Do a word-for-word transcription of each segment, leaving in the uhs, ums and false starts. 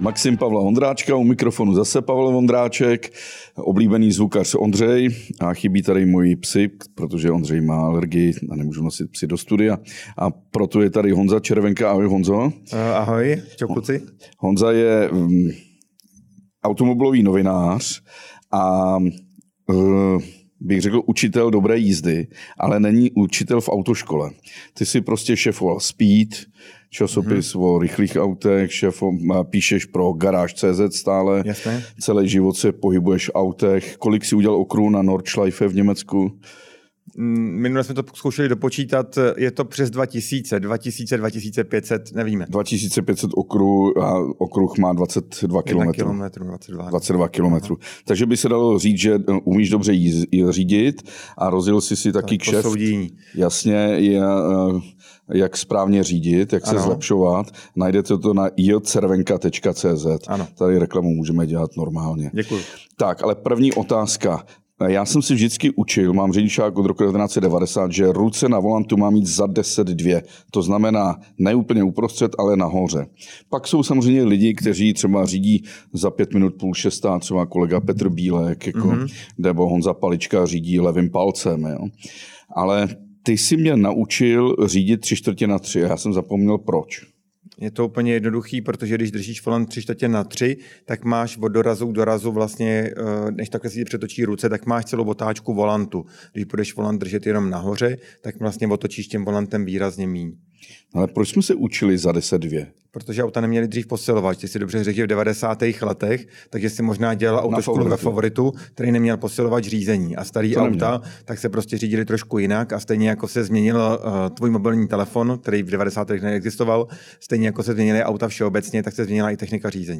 Maxim Pavla Vondráčka, u mikrofonu zase Pavel Vondráček, oblíbený zvukař Ondřej a chybí tady moji psi, protože Ondřej má alergii a nemůžu nosit psy do studia. A proto je tady Honza Červenka. Ahoj Honzo. Ahoj, čau kluci. Honza je um, automobilový novinář a uh, bych řekl učitel dobré jízdy, ale není učitel v autoškole. Ty si prostě šéfoval Speed, časopis mm-hmm. o rychlých autech, šéf, píšeš pro Garáž tečka cé zet stále. Jasné. Celý život se pohybuješ v autech. Kolik si udělal okruhů na Nordschleife v Německu? Minule jsme to zkoušeli dopočítat, je to přes dva tisíce, dva tisíce, dva tisíce pět set, nevíme. dva tisíce pět set okruh a okruh má dvacet dva kilometrů. dvacet dva. dvacet dva kilometrů. Takže by se dalo říct, že umíš dobře jíz, řídit a rozjel jsi si taky kšeft. Posoudění. Jasně, je, jak správně řídit, jak se ano. zlepšovat. Najdete to na i o cervenka tečka cé zet. Ano. Tady reklamu můžeme dělat normálně. Děkuji. Tak, ale první otázka. Já jsem si vždycky učil, mám řidičák od roku devatenáct set devadesát, že ruce na volantu má mít za deset dvě. To znamená ne úplně uprostřed, ale nahoře. Pak jsou samozřejmě lidi, kteří třeba řídí za pět minut půl šestá, třeba kolega Petr Bílek, jako, mm-hmm. nebo Honza Palička řídí levým palcem. Jo. Ale ty jsi mě naučil řídit tři čtvrtě na tři a já jsem zapomněl proč. Je to úplně jednoduchý, protože když držíš volant tři čtvrtě na tři, tak máš od dorazu k dorazu vlastně, než takhle si přetočí ruce, tak máš celou otáčku volantu. Když budeš volant držet jenom nahoře, tak vlastně otočíš tím volantem výrazně míň. Ale proč jsme se učili za deset dvě? Protože auta neměli dřív posilovač. Ty si dobře řekl, že v devadesátých letech, takže si možná dělal autoškolu ve Favoritu, který neměl posilovač řízení. A starý to auta, neměl. Tak se prostě řídili trošku jinak a stejně jako se změnil uh, tvůj mobilní telefon, který v devadesátých neexistoval, stejně jako se změnily auta všeobecně, tak se změnila i technika řízení.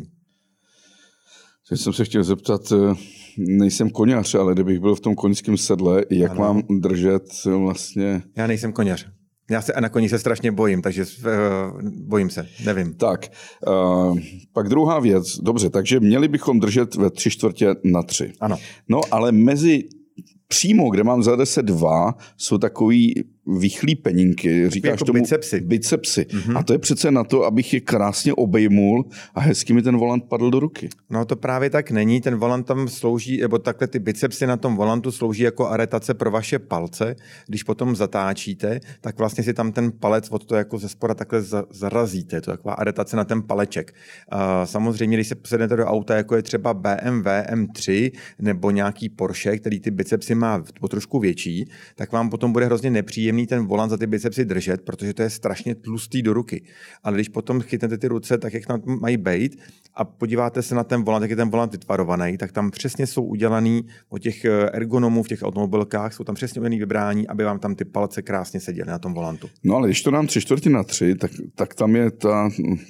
Já jsem se chtěl zeptat, nejsem koněř, ale kdybych byl v tom koňském sedle, jak ano. mám držet vlastně... Já nejsem koněř. Já se a na koni se strašně bojím, takže uh, bojím se, nevím. Tak, uh, pak druhá věc. Dobře, takže měli bychom držet ve tři čtvrtě na tři. Ano. No, ale mezi přímo, kde mám za deset dva, jsou takový vychlý peninky, říkáš jako tomu bicepsy. bicepsy. Mm-hmm. A to je přece na to, abych je krásně obejmul a hezky mi ten volant padl do ruky. No to právě tak není, ten volant tam slouží, nebo takhle ty bicepsy na tom volantu slouží jako aretace pro vaše palce. Když potom zatáčíte, tak vlastně si tam ten palec od toho jako ze spoda takhle zarazíte. To je taková aretace na ten paleček. Uh, samozřejmě, když se posednete do auta, jako je třeba bé em vé em tři nebo nějaký Porsche, který ty bicepsy má o trošku větší, tak vám potom bude hrozně nepříjemný ten volant za ty bicepsy držet, protože to je strašně tlustý do ruky. Ale když potom chytnete ty ruce tak, jak tam mají být a podíváte se na ten volant, jak je ten volant vytvarovaný, tak tam přesně jsou udělaný od těch ergonomů v těch automobilkách, jsou tam přesně udělaný vybrání, aby vám tam ty palce krásně seděly na tom volantu. No ale když to dám tři čtvrtě na tři, tak, tak tam je ta...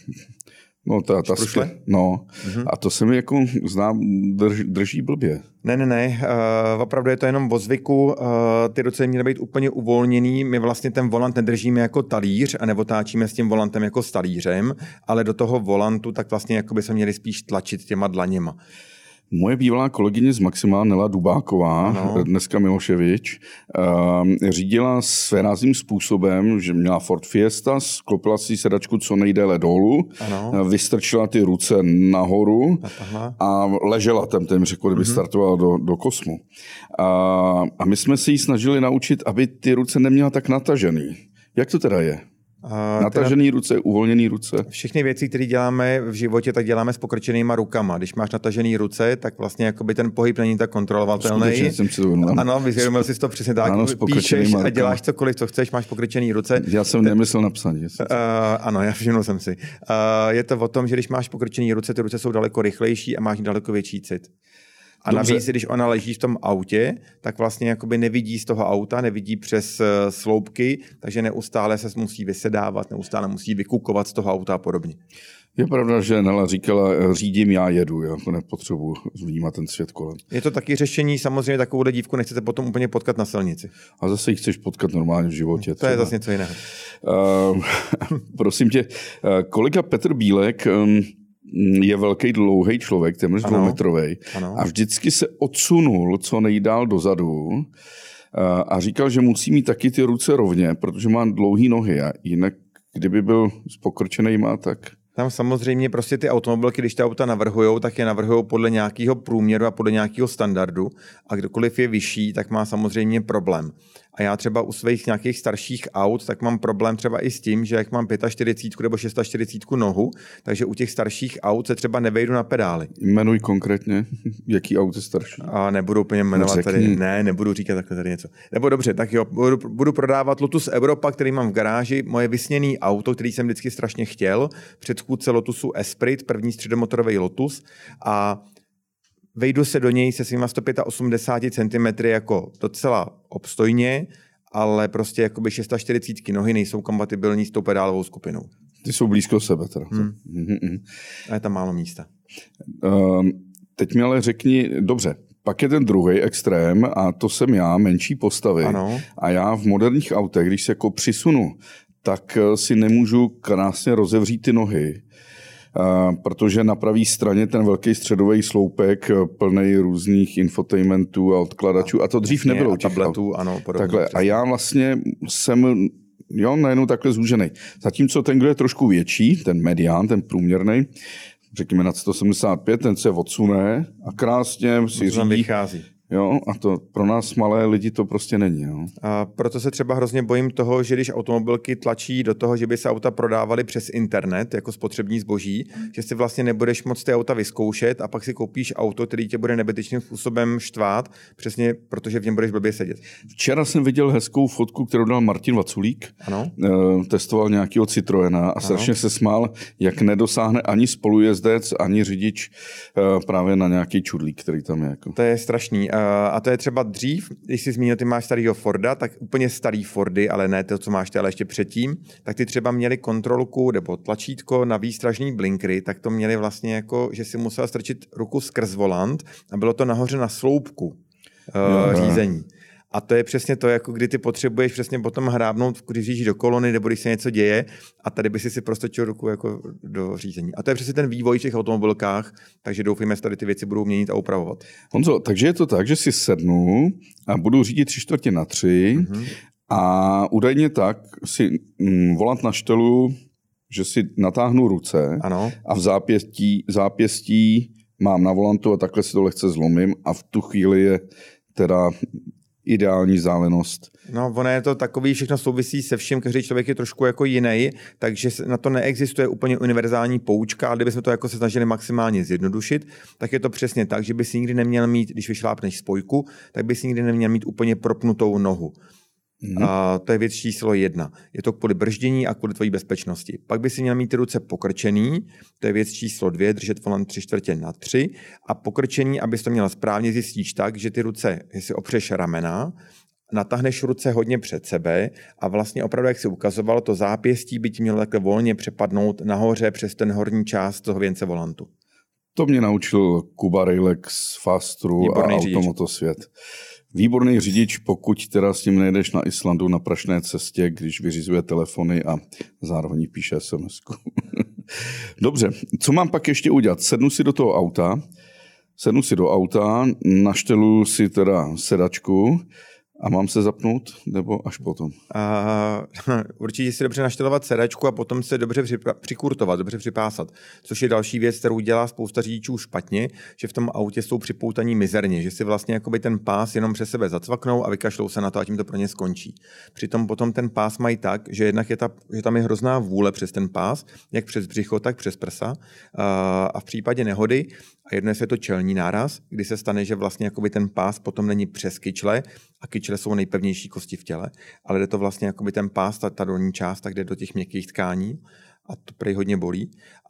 No, ta, ta spě... no. Mm-hmm. A to se mi jako znám, drž, drží blbě. Ne, ne, ne, uh, opravdu je to jenom o zvyku, uh, ty ruce měly být úplně uvolněný, my vlastně ten volant nedržíme jako talíř a neotáčíme s tím volantem jako s talířem, ale do toho volantu tak vlastně jako by se měli spíš tlačit těma dlaněma. Moje bývalá kolegyně z Maxima, Nela Dubáková, ano. dneska Miloševič, uh, řídila svérázným způsobem, že měla Ford Fiesta, sklopila si sedačku co nejdéle dolů, ano. vystrčila ty ruce nahoru Aha. a ležela tam, ten řekl, kdyby mm-hmm. startovala do, do kosmu. Uh, a my jsme se jí snažili naučit, aby ty ruce neměla tak natažený. Jak to teda je? Uh, Natažený ruce, uvolněný ruce. Všechny věci, které děláme v životě, tak děláme s pokročenýma rukama. Když máš natažený ruce, tak vlastně jakoby ten pohyb není tak kontrolovatelný. Jsem si to uvědomil. Ano, vyzvědomil jsi to přesně tak. Ano, píšeš a děláš cokoliv, co chceš, máš pokročený ruce. Já jsem Te... nemyslel napsat. Uh, ano, já všimnul jsem si. Uh, je to o tom, že když máš pokročený ruce, ty ruce jsou daleko rychlejší a máš daleko větší cit. A Dobře. navíc, když ona leží v tom autě, tak vlastně jakoby nevidí z toho auta, nevidí přes sloupky, takže neustále se musí vysedávat, neustále musí vykukovat z toho auta a podobně. Je pravda, že Nela říkala, řídím, já jedu, já to nepotřebuji vnímat ten svět kolem. Je to taky řešení, samozřejmě takovouhle dívku nechcete potom úplně potkat na silnici. A zase ji chceš potkat normálně v životě. To třeba. Je zase něco jiného. Uh, prosím tě, kolega Petr Bílek um, je velký dlouhý člověk, téměř dvoumetrovej a vždycky se odsunul co nejdál dozadu a říkal, že musí mít taky ty ruce rovně, protože má dlouhý nohy a jinak, kdyby byl s pokrčenejma, tak... Tam samozřejmě prostě ty automobilky, když ty auta navrhujou, tak je navrhujou podle nějakého průměru a podle nějakého standardu a kdokoliv je vyšší, tak má samozřejmě problém. A já třeba u svých nějakých starších aut, tak mám problém třeba i s tím, že jak mám čtyřicet pět nebo čtyřicet šest nohu, takže u těch starších aut se třeba nevejdu na pedály. Jmenuj konkrétně, jaký auto je starší. A nebudu úplně jmenovat tady, ne, nebudu říkat takhle tady něco. Nebo dobře, tak jo, budu, budu prodávat Lotus Europa, který mám v garáži, moje vysněný auto, který jsem vždycky strašně chtěl, předchůdce Lotusu Esprit, první středomotorový Lotus a vejdu se do něj se svýma sto osmdesát pět centimetrů jako docela obstojně, ale prostě jakoby čtyřicet šest nohy nejsou kompatibilní s tou pedálovou skupinou. Ty jsou blízko sebe teda. Hmm. Mm-hmm. A je tam málo místa. Um, teď mi ale řekni, dobře, pak je ten druhý extrém a to jsem já, menší postavy. Ano. A já v moderních autech, když se jako přisunu, tak si nemůžu krásně rozevřít ty nohy, Uh, protože na pravé straně ten velký středový sloupek plný různých infotainmentů a odkladačů. A to dřív Jasně, nebylo. A tabletů, ano. Podobně, takhle. A já vlastně jsem jo, najednou takhle zúžený. Zatímco ten, kdo je trošku větší, ten medián, ten průměrný, řekněme nad sto sedmdesát pět, ten se odsune a krásně si řídí. Vychází. Jo, a to pro nás malé lidi to prostě není. Jo. A proto se třeba hrozně bojím toho, že když automobilky tlačí do toho, že by se auta prodávaly přes internet jako spotřební zboží, že si vlastně nebudeš moc ty auta vyzkoušet a pak si koupíš auto, který tě bude nebytečným způsobem štvát, přesně protože v něm budeš blbě sedět. Včera jsem viděl hezkou fotku, kterou dal Martin Vaculík. Ano. Testoval nějakého Citroena a strašně se smál, jak nedosáhne ani spolujezdec, ani řidič právě na nějaký čudlík, který tam je. Jako. To je strašný. A to je třeba dřív, když jsi zmínil, ty máš starýho Forda, tak úplně starý Fordy, ale ne to, co máš ty, ale ještě předtím, tak ty třeba měli kontrolku nebo tlačítko na výstražný blinkry, tak to měli vlastně jako, že si musel strčit ruku skrz volant a bylo to nahoře na sloupku uh, řízení. A to je přesně to, jako kdy ty potřebuješ přesně potom hrábnout, když jdeš do kolony, nebo když se něco děje, a tady by si si prostočil ruku jako do řízení. A to je přesně ten vývoj v těch automobilkách, takže doufujeme, že tady ty věci budou měnit a upravovat. Honzo, takže je to tak, že si sednu a budu řídit tři čtvrtě na tři mm-hmm. a údajně tak si mm, volant na štelu, že si natáhnu ruce ano. a v zápěstí, zápěstí mám na volantu a takhle si to lehce zlomím a v tu chvíli je teda ideální vzdálenost. No, ono je to takový, všechno souvisí se vším, každý člověk je trošku jako jiný, takže na to neexistuje úplně univerzální poučka, ale kdybychom to jako se snažili maximálně zjednodušit, tak je to přesně tak, že bys nikdy neměl mít, když vyšlápneš spojku, tak bys nikdy neměl mít úplně propnutou nohu. Hmm. A to je věc číslo jedna. Je to kvůli brždění a kvůli tvojí bezpečnosti. Pak by si měl mít ty ruce pokrčený, to je věc číslo dvě, držet volant tři čtvrtě na tři a pokrčení, abys to měl správně, zjistíš tak, že ty ruce, jestli opřeš ramena, natáhneš ruce hodně před sebe a vlastně opravdu, jak si ukazoval, to zápěstí by ti mělo takhle volně přepadnout nahoře přes ten horní část toho věnce volantu. To mě naučil Kuba Rejlex, Fastru a Automotosvět. Výborný řidič, pokud teda s ním nejdeš na Islandu na prašné cestě, když vyřizuje telefony a zároveň píše es em esku. Dobře, co mám pak ještě udělat? Sednu si do toho auta, sednu si do auta, naštelu si teda sedačku a mám se zapnout, nebo až potom? Uh, určitě si dobře naštelovat sedačku a potom se dobře připra- přikurtovat, dobře připásat. Což je další věc, kterou dělá spousta řidičů špatně, že v tom autě jsou připoutaní mizerně, že si vlastně jakoby ten pás jenom přes sebe zacvaknou a vykašlou se na to a tím to pro ně skončí. Přitom potom ten pás mají tak, že jednak je ta, že tam je hrozná vůle přes ten pás, jak přes břicho, tak přes prsa. Uh, a v případě nehody, a jedno je to čelní náraz, kdy se stane, že vlastně jakoby ten pás potom není přes kyčle, a kyčle jsou nejpevnější kosti v těle, ale jde to vlastně jakoby ten pás, ta, ta dolní část, tak jde do těch měkkých tkání a to prej hodně bolí.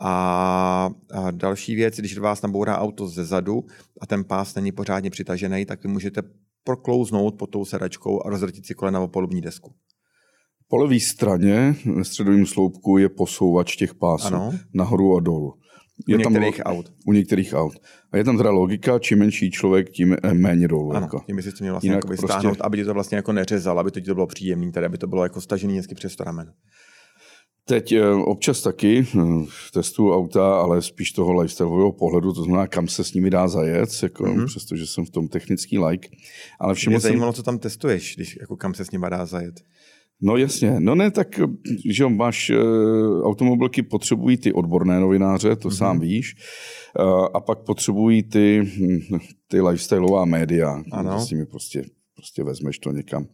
A, a další věc, když vás nabourá auto ze zadu a ten pás není pořádně přitažený, tak vy můžete proklouznout pod tou sedačkou a rozvrtit si kolena o palubní desku. Po levé straně ve středovém sloupku je posouvač těch pásů ano. nahoru a dolů. Je u některých tam, aut. U některých aut. A je tam teda logika, čím menší člověk, tím méně dolů. Ano, jako. tím by si to měl vlastně jako prostě... stáhnout, aby ti to vlastně jako neřezal, aby to ti to bylo příjemný, tedy aby to bylo jako stažený hezky přes to ramen. Teď občas taky testuju auta, ale spíš toho lifestyleového pohledu, to znamená, kam se s nimi dá zajet, jako, mm-hmm. přestože jsem v tom technický like. Ale mě zajímalo, jsem... co tam testuješ, když, jako kam se s nimi dá zajet. No jasně, no ne, tak že jo, máš, automobilky potřebují ty odborné novináře, to mm-hmm. sám víš, a pak potřebují ty, ty lifestyleová média, ano. S nimi prostě, prostě vezmeš to někam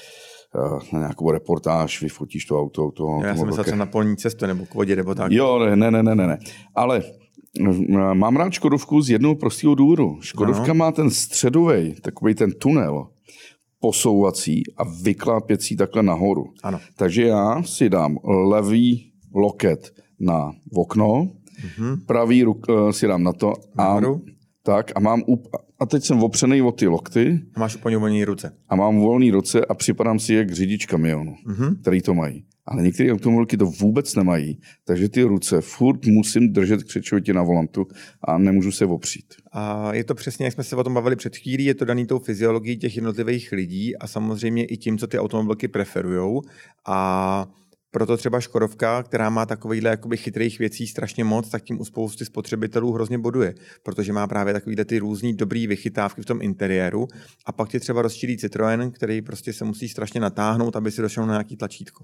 na nějakou reportáž, vyfotíš to auto. To já jsem myslel, co na polní cestu nebo k vodě, nebo tak. Jo, ne, ne, ne, ne, ne. Ale mám rád Škodovku z jednoho prostého důvodu. Škodovka ano. má ten středovej, takový ten tunel, posouvací a vyklápěcí takhle nahoru. Ano. Takže já si dám levý loket na okno, mm-hmm. pravý ruk, si dám na to a, tak, a mám up, a teď jsem opřený o ty lokty. A máš úplně volné ruce. A mám volné ruce a připadám si jak řidič kamionu, mm-hmm. který to mají. Ale některé automobilky to vůbec nemají, takže ty ruce furt musím držet křečovitě na volantu a nemůžu se opřít. A je to přesně, jak jsme se o tom bavili před chvílí, je to daný tou fyziologií těch jednotlivých lidí a samozřejmě i tím, co ty automobilky preferujou. A proto třeba Škodovka, která má takovýhle jakoby chytrých věcí strašně moc, tak tím u spousty spotřebitelů hrozně boduje, protože má právě takovýhle ty různý dobrý vychytávky v tom interiéru a pak ti třeba rozčílí Citroën, který prostě se musí strašně natáhnout, aby si došel na nějaký tlačítko.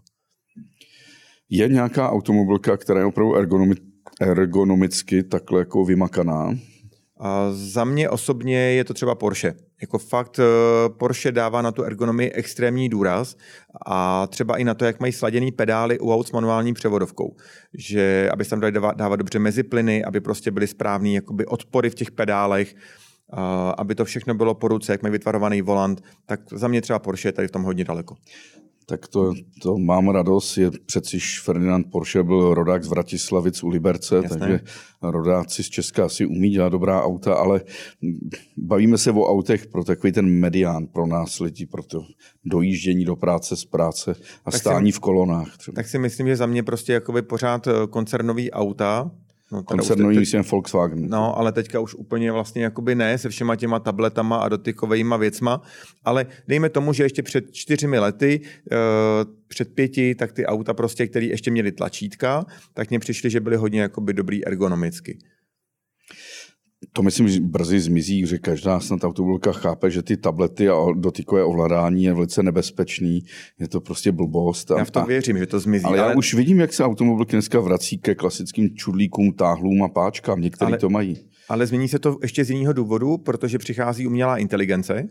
Je nějaká automobilka, která je opravdu ergonomi- ergonomicky takhle jako vymakaná? A za mě osobně je to třeba Porsche. Jako fakt Porsche dává na tu ergonomii extrémní důraz a třeba i na to, jak mají sladěný pedály u aut s manuální převodovkou. Že aby se tam dali dávat dobře meziplyny, aby prostě byly správný jakoby odpory v těch pedálech, aby to všechno bylo po ruce, jak mají vytvarovaný volant, tak za mě třeba Porsche je tady v tom hodně daleko. Tak to, to mám radost, je přeci Ferdinand Porsche byl rodák z Vratislavic u Liberce, jasné. Takže rodáci z Česka si umí dělat dobrá auta, ale bavíme se o autech pro takový ten medián pro nás lidi, pro to dojíždění do práce, z práce a tak stání si, v kolonách. Třeba. Tak si myslím, že za mě prostě jakoby pořád koncernový auta, No, koncernový myslím Volkswagen. No, ale teďka už úplně vlastně jakoby ne, se všema těma tabletama a dotykovejma věcma, ale dejme tomu, že ještě před čtyřmi lety, před pěti, tak ty auta prostě, které ještě měly tlačítka, tak mně přišly, že byly hodně jakoby dobrý ergonomicky. To myslím, že brzy zmizí, že každá snad automobilka chápe, že ty tablety a dotykové ovládání je velice nebezpečný. Je to prostě blbost. Já v to věřím, že to zmizí. Ale, ale já už vidím, jak se automobilky dneska vrací ke klasickým čudlíkům, táhlům a páčkám. Některý ale, to mají. Ale změní se to ještě z jiného důvodu, protože přichází umělá inteligence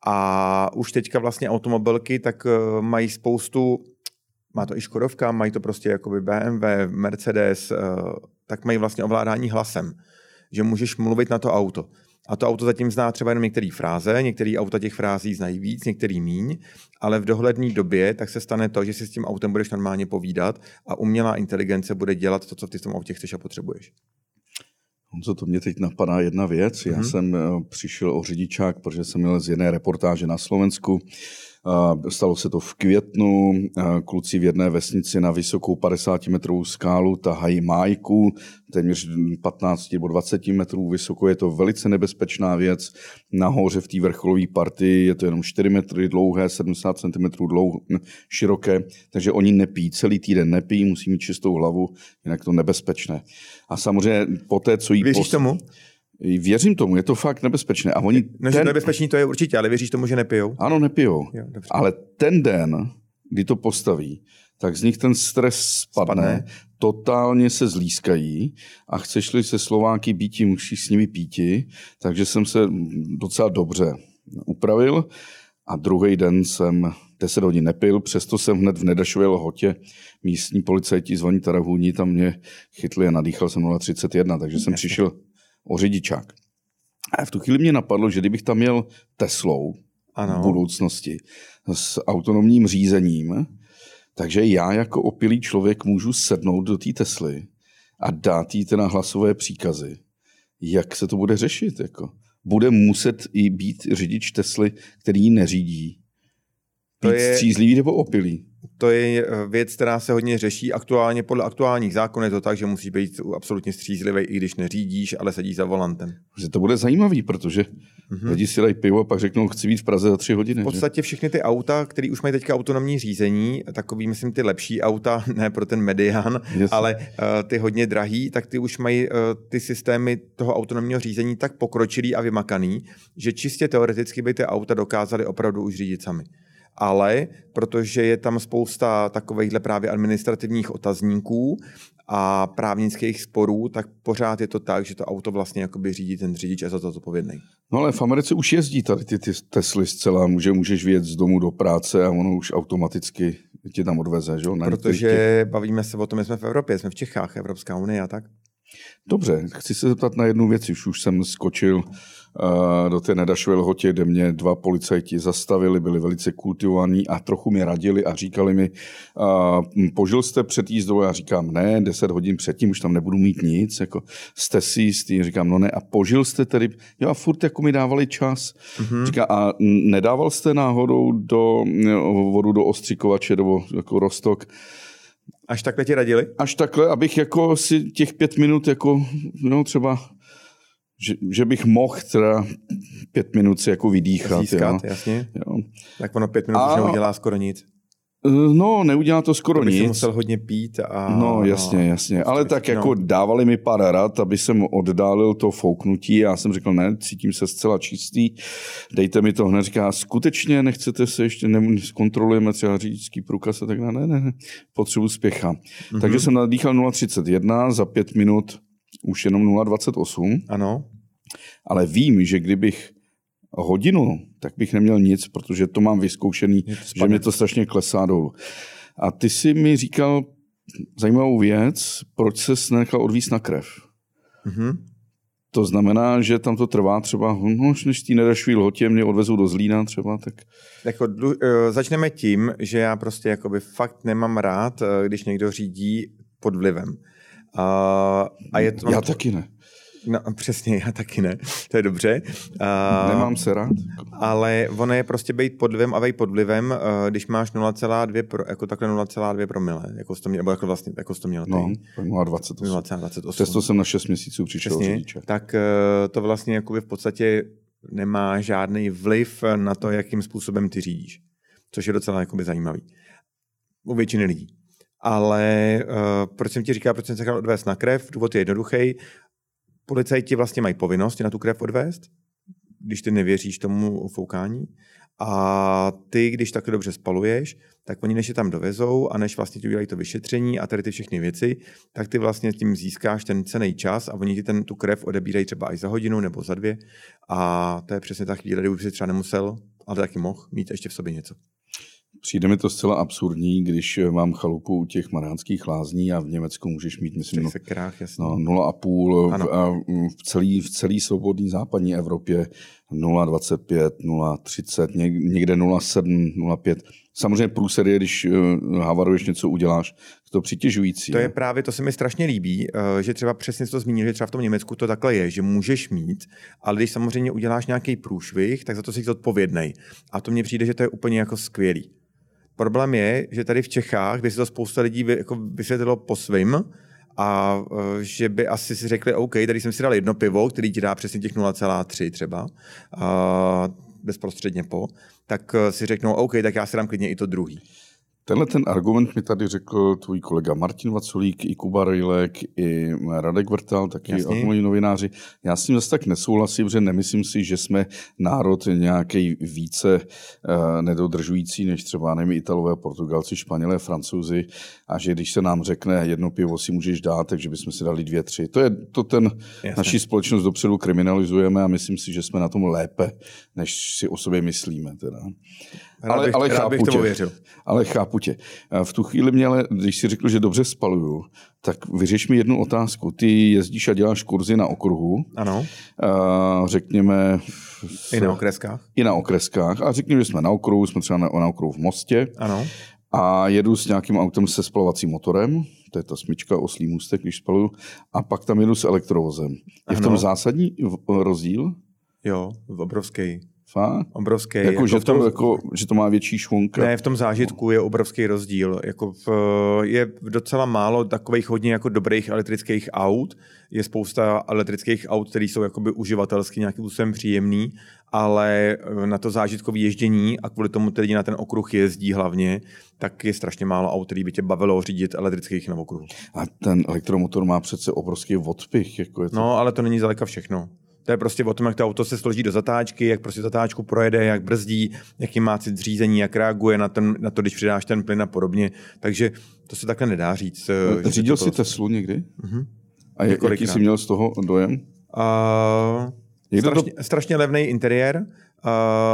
a už teďka vlastně automobilky tak mají spoustu, má to i Škodovka, mají to prostě jakoby bé em vé, Mercedes, tak mají vlastně ovládání hlasem. Že můžeš mluvit na to auto. A to auto zatím zná třeba jenom některé fráze, některé auta těch frází znají víc, některý míň, ale v dohledné době tak se stane to, že si s tím autem budeš normálně povídat a umělá inteligence bude dělat to, co ty v tom autě chceš a potřebuješ. Honzo, to mě teď napadá jedna věc. Já mm-hmm. jsem přišel o řidičák, protože jsem měl z jedné reportáže na Slovensku. Stalo se to v květnu, kluci v jedné vesnici na vysokou padesátimetrovou skálu tahají májku, téměř patnáct nebo dvacet metrů vysoko, je to velice nebezpečná věc. Nahoře v té vrcholové partii je to jenom čtyři metry dlouhé, sedmdesát centimetrů dlouhé, široké, takže oni nepí, celý týden nepí, musí mít čistou hlavu, jinak to nebezpečné. A samozřejmě poté, co jí... Věříš pos... tomu? Věřím tomu, je to fakt nebezpečné. A oni no, ten... že nebezpečný to je určitě, ale věříš tomu, že nepijou? Ano, nepijou. Jo, ale ten den, kdy to postaví, tak z nich ten stres spadne, spadne. Totálně se zlískají a chceš-li se Slováky býti, musíš s nimi píti, takže jsem se docela dobře upravil a druhý den jsem deset hodin nepil, přesto jsem hned v Nedašově Lhotě místní policajti zvaní Tarahůni, tam mě chytli a nadýchal jsem nula třicet jedna, takže jsem Jasně. přišel o řidičák. A v tu chvíli mě napadlo, že kdybych tam měl Teslou ano. v budoucnosti s autonomním řízením, takže já jako opilý člověk můžu sednout do té Tesly a dát jí na hlasové příkazy. Jak se to bude řešit? Jako? Bude muset i být řidič Tesly, který ji neřídí. Být je... střízlivý nebo opilý? To je věc, která se hodně řeší. Aktuálně podle aktuálních zákonů je to tak, že musíš být absolutně střízlivý, i když neřídíš, ale sedíš za volantem. Že to bude zajímavý, protože mm-hmm. lidi si dají pivo a pak řeknou, chci být v Praze za tři hodiny. V podstatě že? Všechny ty auta, které už mají teďka autonomní řízení, takový, myslím, ty lepší auta, ne pro ten medián, yes. ale uh, ty hodně drahý, tak ty už mají uh, ty systémy toho autonomního řízení tak pokročilý a vymakaný, že čistě teoreticky by ty auta dokázaly opravdu už řídit sami. Ale protože je tam spousta takovýchhle právě administrativních otazníků a právnických sporů, tak pořád je to tak, že to auto vlastně jakoby řídí ten řidič a za to zodpovědný. No ale v Americe už jezdí tady ty, ty Tesly zcela, může, můžeš vyjet z domu do práce a ono už automaticky tě tam odveze, že jo? Protože bavíme se o tom, že jsme v Evropě, jsme v Čechách, Evropská unie a tak. Dobře, chci se zeptat na jednu věc, už, už jsem skočil uh, do té Nedašové Lhotě, kde mě dva policajti zastavili, byli velice kultivovaní a trochu mi radili a říkali mi, uh, požil jste před jízdou? Já říkám, ne, deset hodin předtím, už tam nebudu mít nic, jako jste si jistý? Říkám, no ne, a požil jste tedy? Jo, a furt jako mi dávali čas. Mm-hmm. Říká, a nedával jste náhodou do no, vodu do ostřikovače nebo jako Roztok? Až takhle ti radili? Až takhle, abych jako si těch pět minut jako, no třeba, že, že bych mohl teda pět minut si jako vydýchat. Získat, jo. Jasně. Jo. Tak ono pět minut a... už neudělá skoro nic. No, neudělá to skoro to nic. To musel hodně pít. A... No, jasně, jasně. Ale tak no. jako dávali mi pár rad, aby jsem oddálil to fouknutí. Já jsem řekl, ne, cítím se zcela čistý, dejte mi to hned. Říká, skutečně nechcete se ještě, ne, zkontrolujeme třeba řidičský průkaz a tak ne, ne, ne, potřebuji spěcha. Mm-hmm. Takže jsem nadýchal nula třicet jedna, za pět minut už jenom nula dvacet osm. Ano. Ale vím, že kdybych hodinu, tak bych neměl nic, protože to mám vyzkoušený, že mě to strašně klesá dolů. A ty jsi mi říkal zajímavou věc, proč ses nechal odvízt na krev. Mm-hmm. To znamená, že tam to trvá třeba, no, než tý Nedašové Lhotě mě odvezou do Zlína třeba, tak... Jako, uh, začneme tím, že já prostě jakoby fakt nemám rád, když někdo řídí pod vlivem. Uh, a je to, já taky ne. No přesně, já taky ne, to je dobře. Uh, Nemám se rád. Ale ono je prostě být pod vlivem a být pod vlivem, uh, když máš nula celá dvě, pro, jako takhle nula celá dvě promile, jako jsi to měl, nebo jako vlastně, jako jsi to měl ty. No, nula celá dvacet osm. nula celá dvacet osm. Přesto jsem na šest měsíců přišel řidiče. Tak uh, to vlastně jakoby v podstatě nemá žádný vliv na to, jakým způsobem ty řídíš, což je docela jakoby zajímavý. U většiny lidí. Ale uh, proč jsem ti říkal, proč jsem se chtěl odvést na krev, důvod je jednoduchý. Policajti vlastně mají povinnost na tu krev odvést, když ty nevěříš tomu foukání. A ty, když takhle dobře spaluješ, tak oni než je tam dovezou a než vlastně ti udělají to vyšetření a tady ty všechny věci, tak ty vlastně tím získáš ten cenný čas a oni ti ten, tu krev odebírají třeba až za hodinu nebo za dvě. A to je přesně ta chvíle, kdy už si třeba nemusel, ale taky mohl mít ještě v sobě něco. Přijde mi to zcela absurdní, když mám chalupu u těch Mariánských Lázní a v Německu můžeš mít, myslím, no, krách, no, nula celá pět a v celý, v celý svobodný západní Evropě nula celá dvacet pět, nula celá třicet, někde nula celá sedm, nula celá pět. Samozřejmě průser je, když havaruješ něco, uděláš, to přitěžující. To je právě, to se mi strašně líbí, že třeba přesně to zmínil, že třeba v tom Německu to takhle je, že můžeš mít, ale když samozřejmě uděláš nějaký průšvih, tak za to jsi zodpovědnej. A to mně přijde, že to je úplně jako skvělý. Problém je, že tady v Čechách, kde si to spousta lidí jako vysvětlilo po svým, a uh, že by asi si řekli, OK, tady jsem si dal jedno pivo, který ti dá přesně těch nula celá tři třeba, uh, bezprostředně po, tak uh, si řeknou, OK, tak já si dám klidně i to druhý. Tenhle ten argument mi tady řekl tvůj kolega Martin Vaculík, i Kuba Rejlek, i Radek Vrtal, taky automobiloví novináři. Já s tím zase tak nesouhlasím, že nemyslím si, že jsme národ nějaký více uh, nedodržující, než třeba nevím, Italové, Portugalci, Španělé, Francouzi, a že když se nám řekne jedno pivo si můžeš dát, takže bychom si dali dvě, tři. To je to ten Jasně. naši společnost dopředu kriminalizujeme a myslím si, že jsme na tom lépe, než si o sobě myslíme. Teda. Rád ale, bych, ale, rád bych tomu věřil. Ale chápu tě. V tu chvíli mě, ale, když jsi řekl, že dobře spaluju, tak vyřeš mi jednu otázku. Ty jezdíš a děláš kurzy na okruhu. Ano. A řekněme... V, I na okreskách. I na okreskách. A řekněme, že jsme na okruhu, jsme třeba na, na okruhu v Mostě. Ano. A jedu s nějakým autem se spalovacím motorem. To je ta smyčka, oslý můstek, když spaluju. A pak tam jedu s elektrovozem. Je ano. v tom zásadní rozdíl? Jo, obrovský. Fakt? Obrovský. Jako, jako že, v tom, to, jako, že to má větší švunk? Ne, v tom zážitku je obrovský rozdíl. Jako v, je docela málo takových hodně jako dobrých elektrických aut. Je spousta elektrických aut, které jsou jakoby uživatelsky nějakým způsobem příjemný, ale na to zážitkové ježdění a kvůli tomu lidi na ten okruh jezdí hlavně, tak je strašně málo aut, který by tě bavilo řídit elektrických na okruhu. A ten elektromotor má přece obrovský odpich. Jako je to... No, ale to není zdaleka všechno. To je prostě o tom, jak to auto se složí do zatáčky, jak prostě zatáčku projede, jak brzdí, jaký má cit řízení, jak reaguje na, ten, na to, když přidáš ten plyn a podobně. Takže to se takhle nedá říct. Řídil jsi Teslu někdy? Uh-huh. A jaký jsi měl z toho dojem? Uh, strašně, to... strašně levný interiér, uh,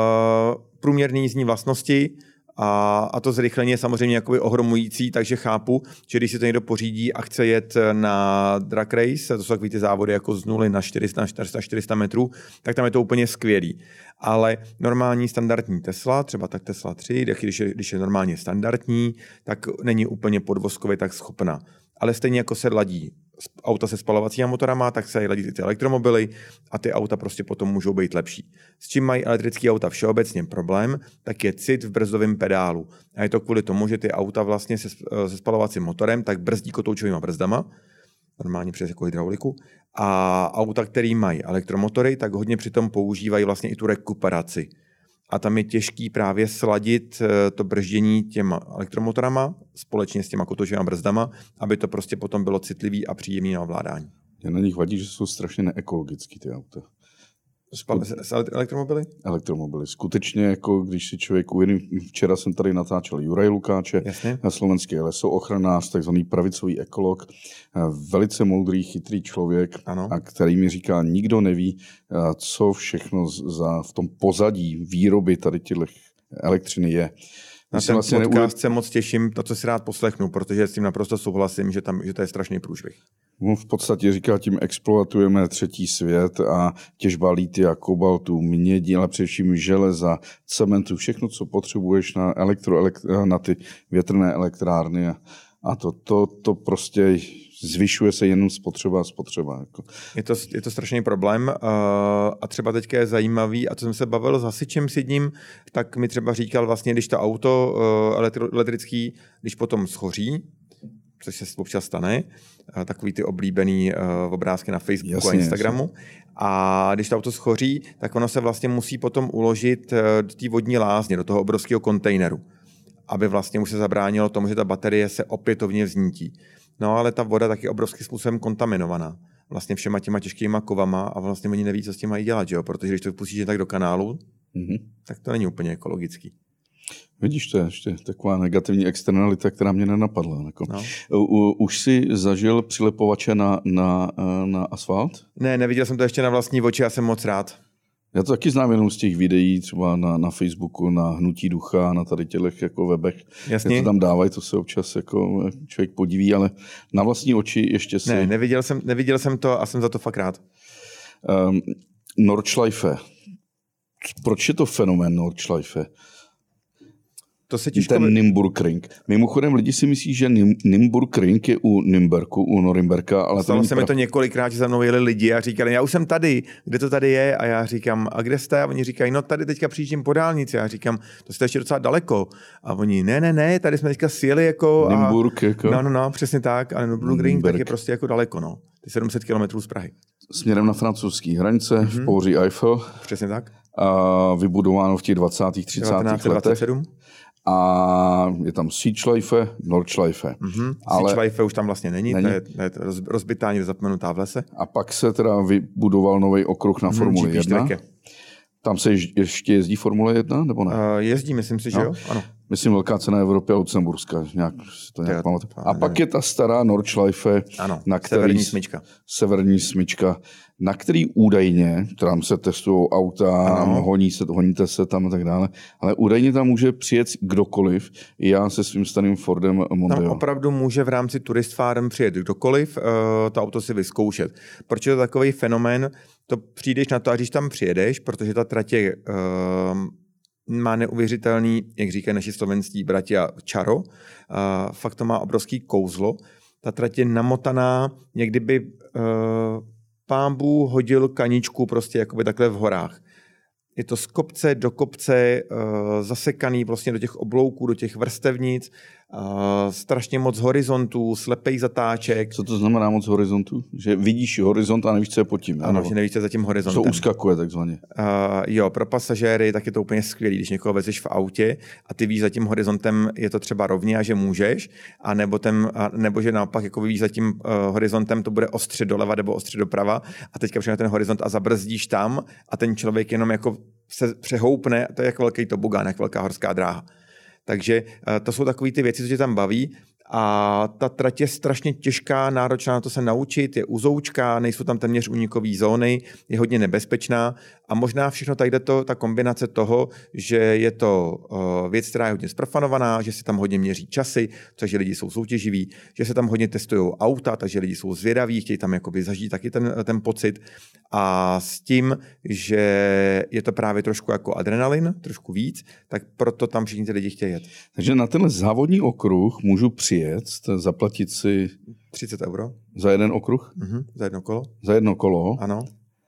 průměrný jízdní vlastnosti, A, a to zrychlení je samozřejmě jakoby ohromující, takže chápu, že když si to někdo pořídí a chce jet na drag race, to jsou takový ty závody jako z nuly na čtyři sta, čtyři sta metrů, tak tam je to úplně skvělý. Ale normální standardní Tesla, třeba tak Tesla tři, když je, když je normálně standardní, tak není úplně podvozkově tak schopná. Ale stejně jako se ladí auta se spalovacími motorama, tak se ladí ty elektromobily a ty auta prostě potom můžou být lepší. S čím mají elektrické auta všeobecně problém, tak je cit v brzdovém pedálu. A je to kvůli tomu, že ty auta vlastně se, se spalovacím motorem tak brzdí kotoučovýma brzdama, normálně přes jako hydrauliku, a auta, které mají elektromotory, tak hodně přitom používají vlastně i tu rekuperaci. A tam je těžký právě sladit to brždění těma elektromotorama společně s těma kotoučovými brzdama, aby to prostě potom bylo citlivý a příjemný na ovládání. Mě na nich vadí, že jsou strašně neekologický ty auta. Skut... S elektromobily? Elektromobily. Skutečně, jako když si člověk uvědomí, včera jsem tady natáčel Juraj Lukáče, Jasně. Na slovenský lesoochranář, takzvaný pravicový ekolog, velice moudrý, chytrý člověk, ano. A který mi říká, nikdo neví, co všechno za, v tom pozadí výroby tady těch elektřiny je. Na ten vlastně podcast neuvěd... se moc těším, to, co si rád poslechnu, protože s tím naprosto souhlasím, že, tam, že to je strašný průšvih. On v podstatě říká, tím exploatujeme třetí svět a těžba litia, kobaltu, mědi, ale především železa, cementu, všechno, co potřebuješ na, elektro, elekt, na ty větrné elektrárny. A to, to, to prostě zvyšuje se jenom spotřeba a spotřeba. Jako. Je to, je to strašný problém a třeba teďka je zajímavý, a to jsem se bavil s hasičem s jedním, tak mi třeba říkal vlastně, když to auto elektrický, když potom schoří, což se občas stane, takový ty oblíbený obrázky na Facebooku jasně, a Instagramu. Jasně. A když to auto schoří, tak ono se vlastně musí potom uložit do té vodní lázně, do toho obrovského kontejneru, aby vlastně už se zabránilo tomu, že ta baterie se opětovně vznítí. No ale ta voda taky obrovským způsobem kontaminovaná. Vlastně všema těma těžkýma kovama a vlastně oni neví, co s tím mají dělat, že jo? Protože když to vypustíš tak do kanálu, mm-hmm. tak to není úplně ekologický. Vidíš, to je ještě taková negativní externalita, která mě nenapadla. Jako. No. U, už jsi zažil přilepovače na, na, na asfalt? Ne, neviděl jsem to ještě na vlastní oči, já jsem moc rád. Já to taky znám jenom z těch videí, třeba na, na Facebooku, na Hnutí ducha, na tady těch jako webech. Jasně. To tam dávají, to se občas jako člověk podiví, ale na vlastní oči ještě si... Ne, neviděl jsem, neviděl jsem to a jsem za to fakt rád. Um, Nordschleife. Proč je to fenomén Nordschleife? To se těžko... Ten Nürburgring. Mimochodem lidi si myslí, že Nürburgring je u Nürnberku, u Norimberka, ale stalo to se mi to několikrát, že za mnou jeli lidi a říkali, já už jsem tady, kde to tady je? A já říkám, a kde jste? A oni říkají, no tady teďka přijíždím po dálnici. A já říkám, to jste ještě docela daleko. A oni, ne, ne, ne, tady jsme teďka sjeli jako... Nürburg jako... No, no, no, přesně tak, ale Nürburgring tak je prostě jako daleko, no. Ty sedm set kilometrů z Prahy. Směrem na francouzský hranice, mm-hmm. v pohoří Eiffel. Přesně tak. A vybudováno v těch dvacátých třicátých letech. A je tam Südschleife, Nordschleife. Mm-hmm. Ale Südschleife už tam vlastně není, není. To je, to je rozbitá, někde zapomenutá v lese. A pak se teda vybudoval nový okruh na Formuli mm, jedna. Tam se ještě jezdí Formule jedna, nebo ne? Uh, jezdí, myslím si, že no. jo. Ano. Myslím, velká cena Evropy a Lucemburska. Nějak, to nějak to, a ne. Pak je ta stará Nordschleife, ano, na který, severní smyčka. Severní smyčka, na který údajně, tam se testují auta, honí se, honíte se tam a tak dále, ale údajně tam může přijet kdokoliv, i já se svým starým Fordem Mondeo. Tam opravdu může v rámci Tourist Farm přijet kdokoliv, uh, to auto si vyzkoušet. Proč je to takový fenomén? To přijdeš na to, a když tam přijedeš, protože ta trať je... Uh, má neuvěřitelný, jak říkají naši slovenský bratia, čaro. Uh, fakt to má obrovský kouzlo. Ta trať je namotaná, někdy by uh, pán Bůh hodil kaničku prostě jakoby takhle v horách. Je to z kopce do kopce uh, zasekaný vlastně do těch oblouků, do těch vrstevnic Uh, strašně moc horizontů, slepej zatáček. Co to znamená moc horizontů? Že vidíš horizont a nevíš, co je pod tím. Ano, že nevíš, co je za tím horizontem. Co uskakuje takzvaně. Uh, jo, pro pasažéry tak je to úplně skvělý, když někoho vezeš v autě a ty víš, za tím horizontem je to třeba rovně a že můžeš, a nebo, ten, a nebo že naopak jako víš, za tím uh, horizontem to bude ostře doleva nebo ostře doprava a teďka přijde ten horizont a zabrzdíš tam a ten člověk jenom jako se přehoupne, to je jako velký tobogán, jak velká horská dráha. Takže to jsou takové ty věci, co tě tam baví. A ta trať je strašně těžká, náročná na to se naučit, je uzoučká, nejsou tam téměř únikové zóny, je hodně nebezpečná a možná všechno tady jde to, ta kombinace toho, že je to uh, věc, která je hodně zprofanovaná, že se tam hodně měří časy, takže lidi jsou soutěživí, že se tam hodně testují auta, takže lidi jsou zvědaví, chtějí tam jakoby zažít taky ten, ten pocit a s tím, že je to právě trošku jako adrenalin, trošku víc, tak proto tam všichni ty lidi chtějí jet. Takže na tenhle závodní okruh můžu přijet, zaplatit si třicet euro. Za jeden okruh? Mhm, za jedno kolo. Za jedno kolo. Ano.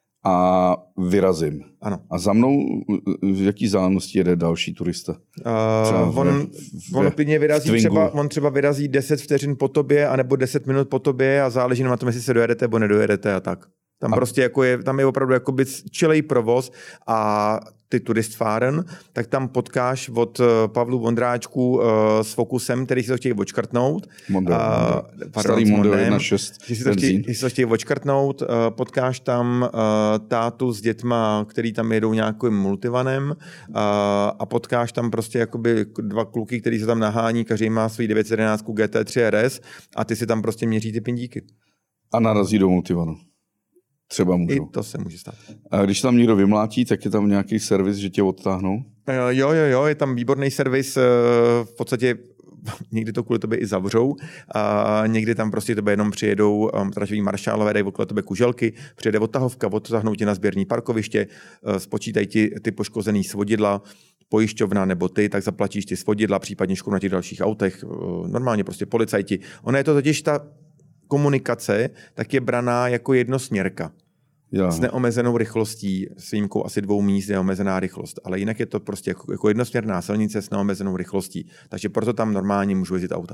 A vyrazím. Ano. A za mnou v jaký vzdálenosti jede další turista? Uh, on, on klidně vyrazí třeba, on třeba vyrazí deset vteřin po tobě, anebo deset minut po tobě a záleží na tom, jestli se dojedete nebo nedojedete a tak. Tam a... prostě jako je, tam je opravdu jakoby čilej provoz a ty turistfáren, tak tam potkáš od Pavlu Vondráčku uh, s Focusem, který si to chtějí odškrtnout. Mondo, uh, Mondo. Starý Mondo jedna šest. Jestli si to chtějí odškrtnout, uh, potkáš tam uh, tátu s dětma, který tam jedou nějakým multivanem uh, a potkáš tam prostě jakoby dva kluky, který se tam nahání, každý má svůj devět set jedenáct G T tři R S a ty si tam prostě měří ty pindíky. A narazí do multivanu. Třeba můžu. I to se může stát. A když tam někdo vymlátí, tak je tam nějaký servis, že tě odtáhnou? Jo, jo, jo, je tam výborný servis, v podstatě někdy to kvůli tobě i zavřou, a někdy tam prostě tebe jenom přijedou um, traťoví maršálové, dají okolo tebe kuželky, přijede odtahovka, odtahnou tě na sběrní parkoviště, uh, spočítají ti ty poškozený svodidla, pojišťovna nebo ty, tak zaplatíš ty svodidla, případně škodu na těch dalších autech, uh, normálně prostě policajti. Ono je to totiž ta komunikace, tak je braná jako jednosměrka. Ja. S neomezenou rychlostí, s výjimkou asi dvou míst je omezená rychlost, ale jinak je to prostě jako, jako jednosměrná silnice s neomezenou rychlostí. Takže proto tam normálně můžu jezdit auta.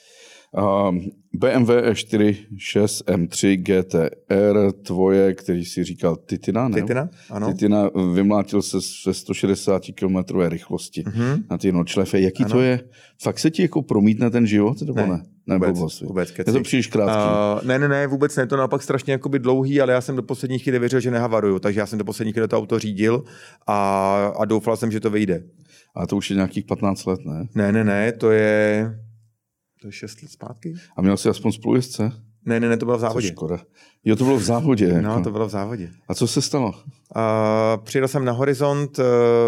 Uh, B M W E čtyřicet šest M tři G T R, tvoje, který si říkal Titina, ne? Titina, ano. Titina vymlátil se se sto šedesát kilometrů rychlosti mm-hmm. na ty nočlefe. Jaký ano. to je? Fakt se ti jako promítne ten život? Nebo ne? ne? Vůbec, vůbec je to příliš krátký. Uh, ne, ne, ne, vůbec ne, to naopak strašně jakoby dlouhý, ale já jsem do poslední chvíli věřil, že nehavaruju, takže já jsem do poslední chvíli to auto řídil a, a doufal jsem, že to vyjde. A to už je nějakých patnáct let, ne? Ne, ne, ne, to je... To je šest let zpátky. A měl jsi aspoň spolujezdce? Ne, ne, ne, to bylo v závodě. Co škoda. Jo, to bylo v závodě. No, jako. to bylo v závodě. A co se stalo? Uh, přijel jsem na Horizont, uh,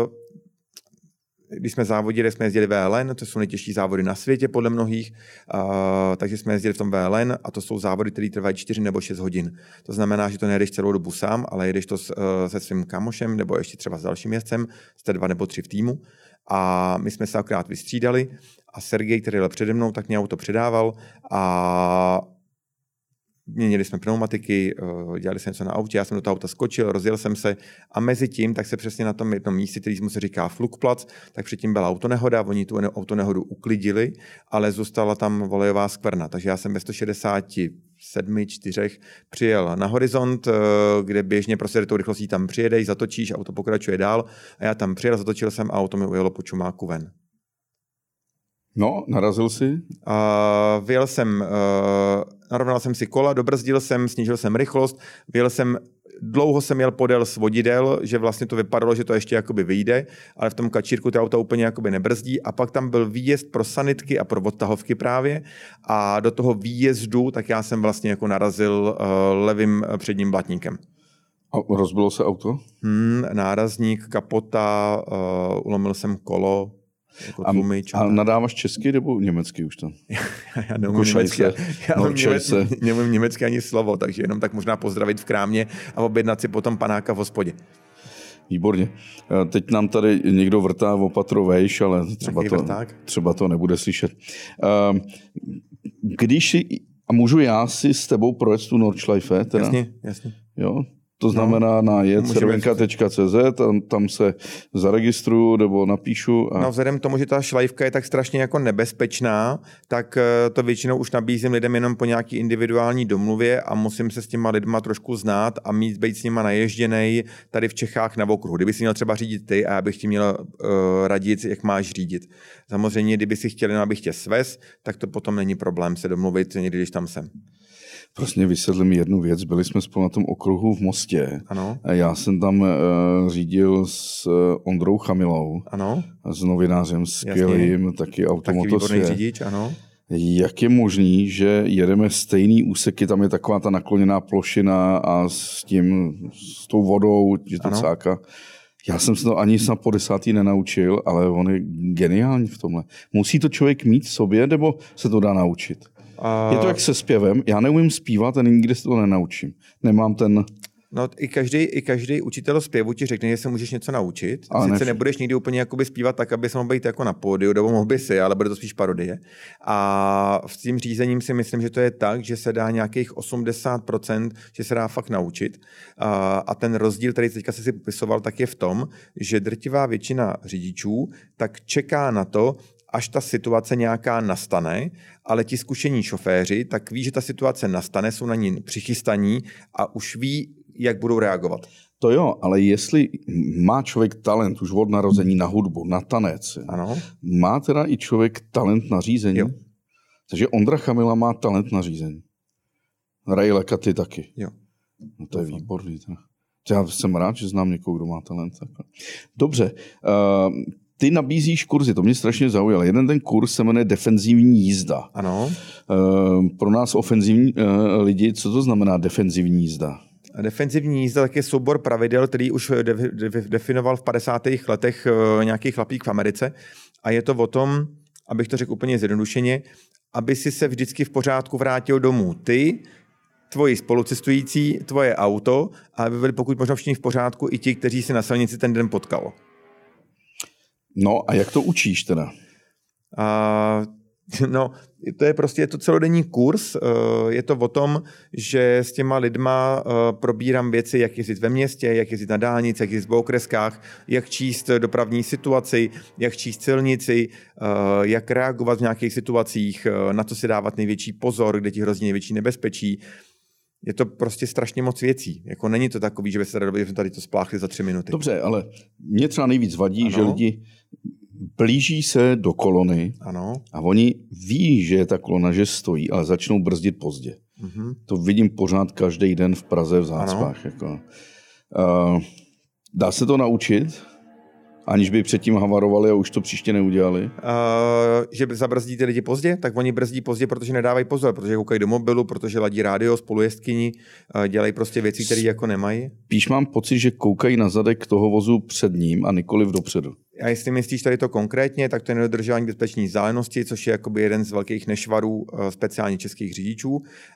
když jsme závodili, jsme jezdili V L N, to jsou nejtěžší závody na světě podle mnohých, uh, takže jsme jezdili v tom V L N a to jsou závody, které trvají čtyři nebo šest hodin. To znamená, že to nejedeš celou dobu sám, ale jedeš to s, uh, se svým kámošem nebo ještě třeba s dalším jezdcem, jste dva nebo tři v týmu. A my jsme se akorát vystřídali a Sergej, který jel přede mnou, tak mě auto předával a měnili jsme pneumatiky, dělali jsme něco na autě, já jsem do toho auta skočil, rozjel jsem se a mezi tím, tak se přesně na tom jednom místě, který mu se říká Flugplatz, tak předtím byla autonehoda, oni tu autonehodu uklidili, ale zůstala tam volejová skvrna, takže já jsem ve sto šedesát sedm, čtyřech přijel na Horizont, kde běžně prostě tou rychlostí tam přijedeš, zatočíš, auto pokračuje dál a já tam přijel, zatočil jsem a auto mi ujelo po čumáku ven. No, narazil jsi? Uh, vyjel jsem, uh, narovnal jsem si kola, dobrzdil jsem, snížil jsem rychlost, vyjel jsem, dlouho jsem jel podél svodidel, že vlastně to vypadalo, že to ještě jakoby vyjde, ale v tom kačírku ty auta úplně jakoby nebrzdí a pak tam byl výjezd pro sanitky a pro odtahovky právě a do toho výjezdu tak já jsem vlastně jako narazil uh, levým předním blatníkem. A rozbilo se auto? Hmm, nárazník, kapota, uh, ulomil jsem kolo. Jako a, a nadáváš česky nebo německy už tam? já neumím německy, já no, německy, neumím německy ani slovo, takže jenom tak možná pozdravit v krámě a objednat si potom panáka v hospodě. Výborně. Teď nám tady někdo vrtá opatro vejš, ale třeba to, třeba to nebude slyšet. Když si, a můžu já si s tebou projet tu Nordschleife? Teda? Jasně, jasně. Jo? To znamená na jet cervenka tečka cé zet, tam, tam se zaregistruju nebo napíšu. A... No vzhledem k tomu, že ta šlajvka je tak strašně jako nebezpečná, tak to většinou už nabízím lidem jenom po nějaký individuální domluvě a musím se s těma lidma trošku znát a mít být s nima naježděnej tady v Čechách na okruhu. Kdyby si měl třeba řídit ty a já bych ti měl uh, radit, jak máš řídit. Samozřejmě, kdyby si chtěl, abych tě svez, tak to potom není problém se domluvit někdy, když tam jsem. Prostě vysvětlím jednu věc. Byli jsme spolu na tom okruhu v Mostě. Ano. A já jsem tam uh, řídil s uh, Ondrou Chamilou. Ano. S novinářem skvělým, Jasně. taky automotosvě. Taky výborný řidič, ano. Jak je možný, že jedeme stejný úseky, tam je taková ta nakloněná plošina a s tím, s tou vodou, že to ano. cáka. Já jsem se to ani snad po desátý nenaučil, ale on je geniální v tomhle. Musí to člověk mít v sobě, nebo se to dá naučit? Uh... Je to jak se zpěvem. Já neumím zpívat a nikdy se to nenaučím. Nemám ten... No i každý, i každý učitel zpěvu ti řekne, že se můžeš něco naučit. Ale sice ne... nebudeš nikdy úplně jakoby zpívat tak, aby se mohl být jako na pódiu, nebo mohl by si, ale bude to spíš parodie. A s tím řízením si myslím, že to je tak, že se dá nějakých osmdesát procent, že se dá fakt naučit. A, a ten rozdíl, který teďka jsi si popisoval, tak je v tom, že drtivá většina řidičů tak čeká na to, až ta situace nějaká nastane, ale ti zkušení šoféři tak ví, že ta situace nastane, jsou na ní přichystaní a už ví, jak budou reagovat. To jo, ale jestli má člověk talent už od narození na hudbu, na tanec, ano. má teda i člověk talent na řízení? Jo. Takže Ondra Chamila má talent na řízení. Ray Lekaty taky. Jo. No to je výborný. To já jsem rád, že znám někoho, kdo má talent. Dobře. Uh, Ty nabízíš kurzy, to mě strašně zaujalo. Jeden ten kurz se jmenuje defenzivní jízda. Ano. Uh, pro nás ofenzivní uh, lidi, co to znamená defenzivní jízda? Defenzivní jízda tak je soubor pravidel, který už de- de- definoval v padesátých letech uh, nějaký chlapík v Americe. A je to o tom, abych to řekl úplně zjednodušeně, aby si se vždycky v pořádku vrátil domů ty, tvoji spolucestující, tvoje auto a aby byli pokud možno všichni v pořádku i ti, kteří si na silnici ten den potkal. No a jak to učíš teda? A, no, to je prostě je to celodenní kurz. Je to o tom, že s těma lidma probírám věci, jak jezdit ve městě, jak jezdit na dálnici, jak jezdit v okreskách, jak číst dopravní situaci, jak číst silnici, jak reagovat v nějakých situacích, na co si dávat největší pozor, kde ti hrozí největší nebezpečí. Je to prostě strašně moc věcí. Jako není to takový, že by se tady, tady to spláchli za tři minuty. Dobře, ale mě třeba nejvíc vadí, ano. že lidi blíží se do kolony ano. a oni ví, že je ta kolona, že stojí, ale začnou brzdit pozdě. Mm-hmm. To vidím pořád každý den v Praze v zácpách. Jako. Uh, dá se to naučit? Aniž by předtím havarovali a už to příště neudělali? Uh, že zabrzdí ty lidi pozdě? Tak oni brzdí pozdě, protože nedávají pozor, protože koukají do mobilu, protože ladí rádio, spolujezdkyni, uh, dělají prostě věci, které jako nemají. Píš mám pocit, že koukají na zadek toho vozu před ním a nikoliv dopředu. A jestli myslíš tady to konkrétně, tak to je nedodržování bezpečné vzdálenosti, což je jakoby jeden z velkých nešvarů speciálně českých řidičů.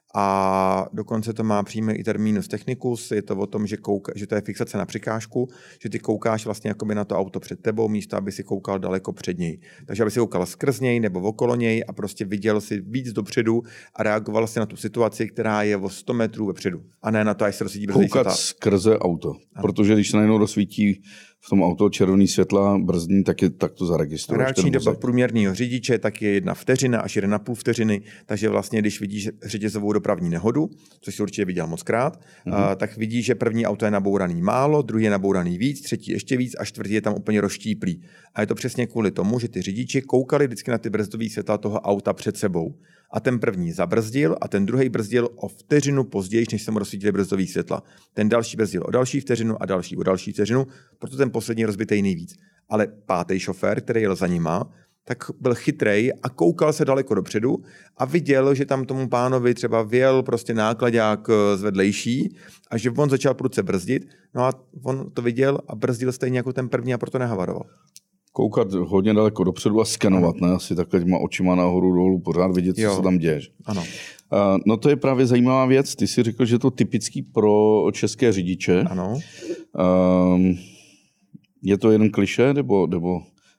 A dokonce to má přímý i terminus technicus, je to o tom, že, kouka, že to je fixace na přikážku, že ty koukáš vlastně jakoby na to auto před tebou, místo aby si koukal daleko před něj. Takže aby si koukal skrz něj nebo okolo něj a prostě viděl si víc dopředu a reagoval si na tu situaci, která je o sto metrů vepředu. A ne na to, až se rozsvítí brzdí světla. Koukat skrze auto, ano. Protože když se najednou rozsvítí v tom auto červený světla brzdní, tak, je, tak to zaregistruješ. Reakční doba průměrného řidiče tak je jedna vteřina až jedna půl vteřiny, takže vlastně, když vidíš řetězovou dopravní nehodu, což jsi určitě viděl mockrát, mm-hmm. uh, tak vidíš, že první auto je nabouraný málo, druhý je nabouraný víc, třetí ještě víc a čtvrtý je tam úplně rozštíplý. A je to přesně kvůli tomu, že ty řidiči koukali vždycky na ty brzdové světla toho auta před sebou. A ten první zabrzdil a ten druhý brzdil o vteřinu později, než se mu rozsvítily brzdové světla. Ten další brzdil o další vteřinu a další o další vteřinu, proto ten poslední rozbitej nejvíc. Ale pátý šofér, který jel za nima, tak byl chytrej a koukal se daleko dopředu a viděl, že tam tomu pánovi třeba vjel prostě nákladák z vedlejší a že on začal prudce brzdit, no a on to viděl a brzdil stejně jako ten první a proto nehavaroval. Koukat hodně daleko dopředu a skenovat, ne? Asi takhle těma očima nahoru dolů pořád vidět, co jo. se tam děje. Ano. Uh, no to je právě zajímavá věc. Ty jsi řekl, že je to typický pro české řidiče. Ano. Uh, je to jen klišé, nebo, nebo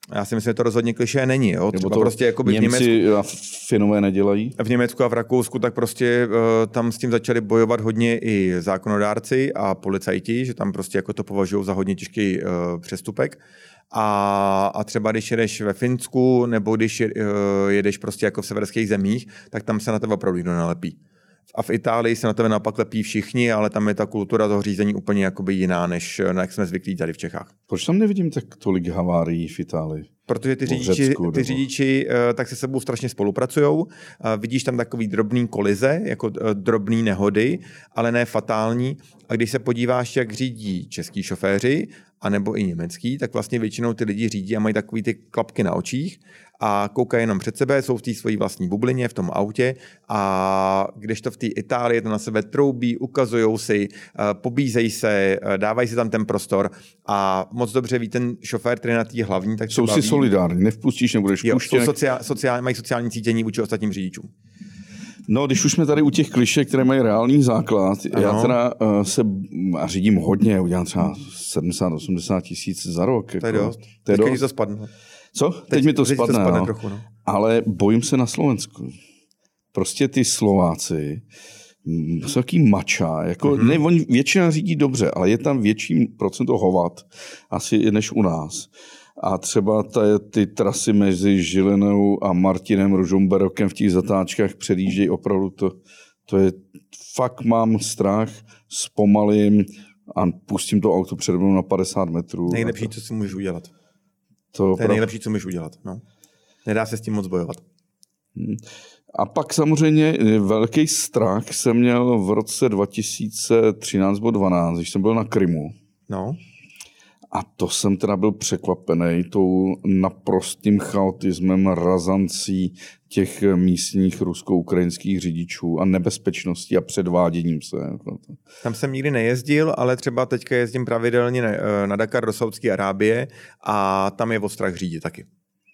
Já si myslím, že to rozhodně klišé není. Jo? Nebo to prostě jako by Němci v Německu, a Finové nedělají? V Německu a v Rakousku tak prostě uh, tam s tím začali bojovat hodně i zákonodárci a policajti, že tam prostě jako to považují za hodně těžký uh, přestupek. A, a třeba když jedeš ve Finsku nebo když je, uh, jedeš prostě jako v severských zemích, tak tam se na tebe opravdu nikdo nalepí. A v Itálii se na tebe naopak lepí všichni, ale tam je ta kultura toho řízení úplně jakoby jiná, než jak jsme zvyklí tady v Čechách. Proč tam nevidím tak tolik havárií v Itálii? Protože ty řidiči, Řecku, ty řidiči tak se sebou strašně spolupracujou. Vidíš tam takový drobný kolize, jako drobný nehody, ale ne fatální. A když se podíváš, jak řídí český šoféři, anebo i německý, tak vlastně většinou ty lidi řídí a mají takový ty klapky na očích a koukají jenom před sebe, jsou v té své vlastní bublině, v tom autě a když to v té Itálii to na sebe troubí, ukazujou si, pobízejí se, dávají si tam ten prostor a moc dobře ví ten šofér, který na té hlavní, tak jsou si solidární, nevpustíš, nebudeš puštěn. Jsou sociál, sociál, mají sociální cítění vůči ostatním řidičům. No, když už jsme tady u těch klišek, které mají reálný základ, ano. Já teda uh, se a řídím hodně, udělám třeba sedmdesát osmdesát tisíc za rok. To je jako, dost. To je Teď dost. to spadne. Co? Teď, Teď mi to teď spadne, to spadne no. trochu, no. Ale bojím se na Slovensku. Prostě ty Slováci jsou taký mača, jako mm-hmm. ne, oni většina řídí dobře, ale je tam větší procento hovat asi než u nás. A třeba ta, ty trasy mezi Žilinou a Martinem Ružomberokem v těch zatáčkách předjíždějí opravdu to, to je, fakt mám strach, zpomalím a pustím to auto přede mnou na padesát metrů. Nejlepší, co si můžeš udělat. To, to je nejlepší, co můžeš udělat. No. Nedá se s tím moc bojovat. A pak samozřejmě velký strach jsem měl v roce dva tisíce třináct nebo dvanáct, když jsem byl na Krymu. No. A to jsem teda byl překvapený tou naprostým chaotismem, razancí těch místních rusko-ukrajinských řidičů a nebezpečností a předváděním se. Tam jsem nikdy nejezdil, ale třeba teďka jezdím pravidelně na Dakar do Saúdské Arábie a tam je ostrach řídit taky.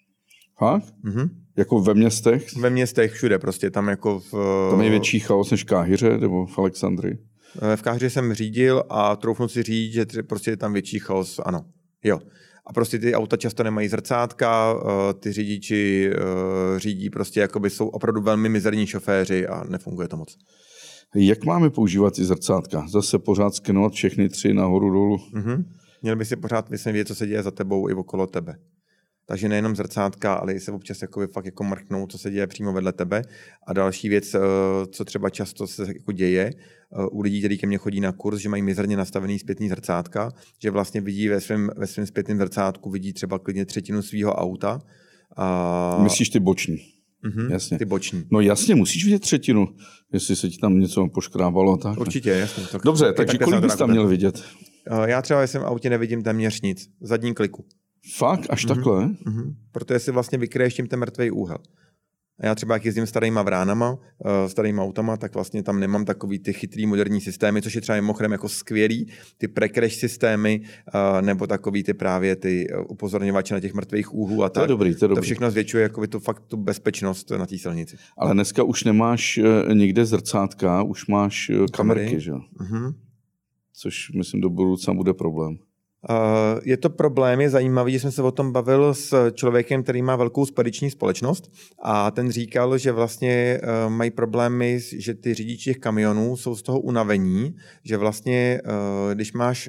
Fakt? Mhm. Jako ve městech? Ve městech všude prostě, tam jako v... Tam je větší chaos než v Káhiře nebo v Alexandrii? V Káhiře jsem řídil a troufnu si říct, že prostě je tam větší chaos, ano. Jo. A prostě ty auta často nemají zrcátka, ty řidiči řídí prostě jakoby jsou opravdu velmi mizerní šoféři a nefunguje to moc. Jak máme používat ty zrcátka? Zase pořád skenovat všechny tři nahoru dolů? Mhm. Měl by si pořád vědět, co se děje za tebou i okolo tebe. Takže nejenom zrcátka, ale i se občas jakoby fakt jako mrknout, co se děje přímo vedle tebe. A další věc, co třeba často se jako děje u lidí, kteří ke mně chodí na kurz, že mají mizerně nastavený zpětný zrcátka, že vlastně vidí ve svém, ve svém zpětném zrcátku vidí třeba klidně třetinu svého auta. A... Myslíš ty boční? Mm-hmm, jasně. Ty boční. No jasně, musíš vidět třetinu, jestli se ti tam něco poškrábalo. Tak. Určitě, jasně. Tak, dobře, tak, takže kolik bys tam měl vidět? Já třeba ve svém autě nevidím téměř nic. Zadní kliku. Fakt? Až mm-hmm. takhle? Mm-hmm. Protože si vlastně vykryješ tím ten mrtvej úhel. A já třeba, jak jezdím starýma vránama, uh, starýma autama, tak vlastně tam nemám takový ty chytrý moderní systémy, což je třeba mimochodem jako skvělý, ty pre-crash systémy, uh, nebo takový ty právě ty upozorňovače na těch mrtvých úhlů a tak. To je dobrý, to je dobrý. To všechno zvětšuje jako tu fakt tu bezpečnost na té silnici. Ale dneska už nemáš uh, nikde zrcátka, už máš uh, kamerky, že? Mm-hmm. Což myslím do budoucna bude problém. Uh, je to problém, je zajímavý, že jsem se o tom bavil s člověkem, který má velkou spediční společnost a ten říkal, že vlastně uh, mají problémy, že ty řidiči těch kamionů jsou z toho unavení, že vlastně, uh, když máš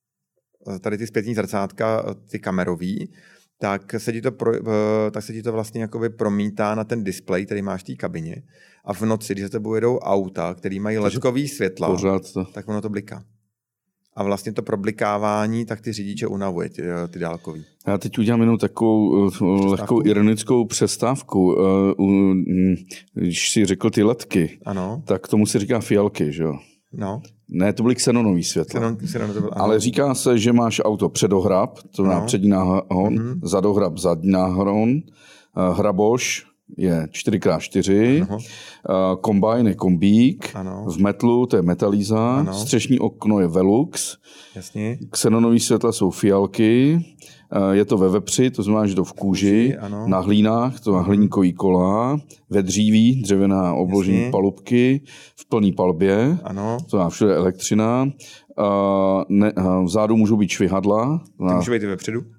tady ty zpětní zrcátka, ty kamerový, tak se ti to, pro, uh, tak se ti to vlastně jakoby promítá na ten displej, který máš v té kabině a v noci, když za tebou jedou auta, který mají ledkový světla, pořád to. tak ono to bliká. A vlastně to problikávání, tak ty řidiče unavuje, ty, ty dálkový. Já teď udělám jenom takovou uh, lehkou ironickou přestávku. Uh, uh, když jsi řekl ty ledky, ano. tak tomu se říká fialky, že jo? No. Ne, to byly xenonový světla. Xenon, xenon to byl, ale říká se, že máš auto předohrab, to znamená no. přední náhon, mm-hmm. zadohrab, zadní náhon, uh, hraboš je čtyři krát čtyři, uh, kombajn je kombík, ano. v metlu to je metalíza, ano. střešní okno je velux, jasně. Xenonový světla jsou fialky, uh, je to ve vepři, to znamená, že to v kůži, ano. na hlínách, to je hliníkový kola, ve dříví, dřevěná obložení jasně. palubky, v plný palbě, ano. to má všude elektřina, uh, ne, uh, vzadu můžou být švihadla. Ty můžou být i vepředu?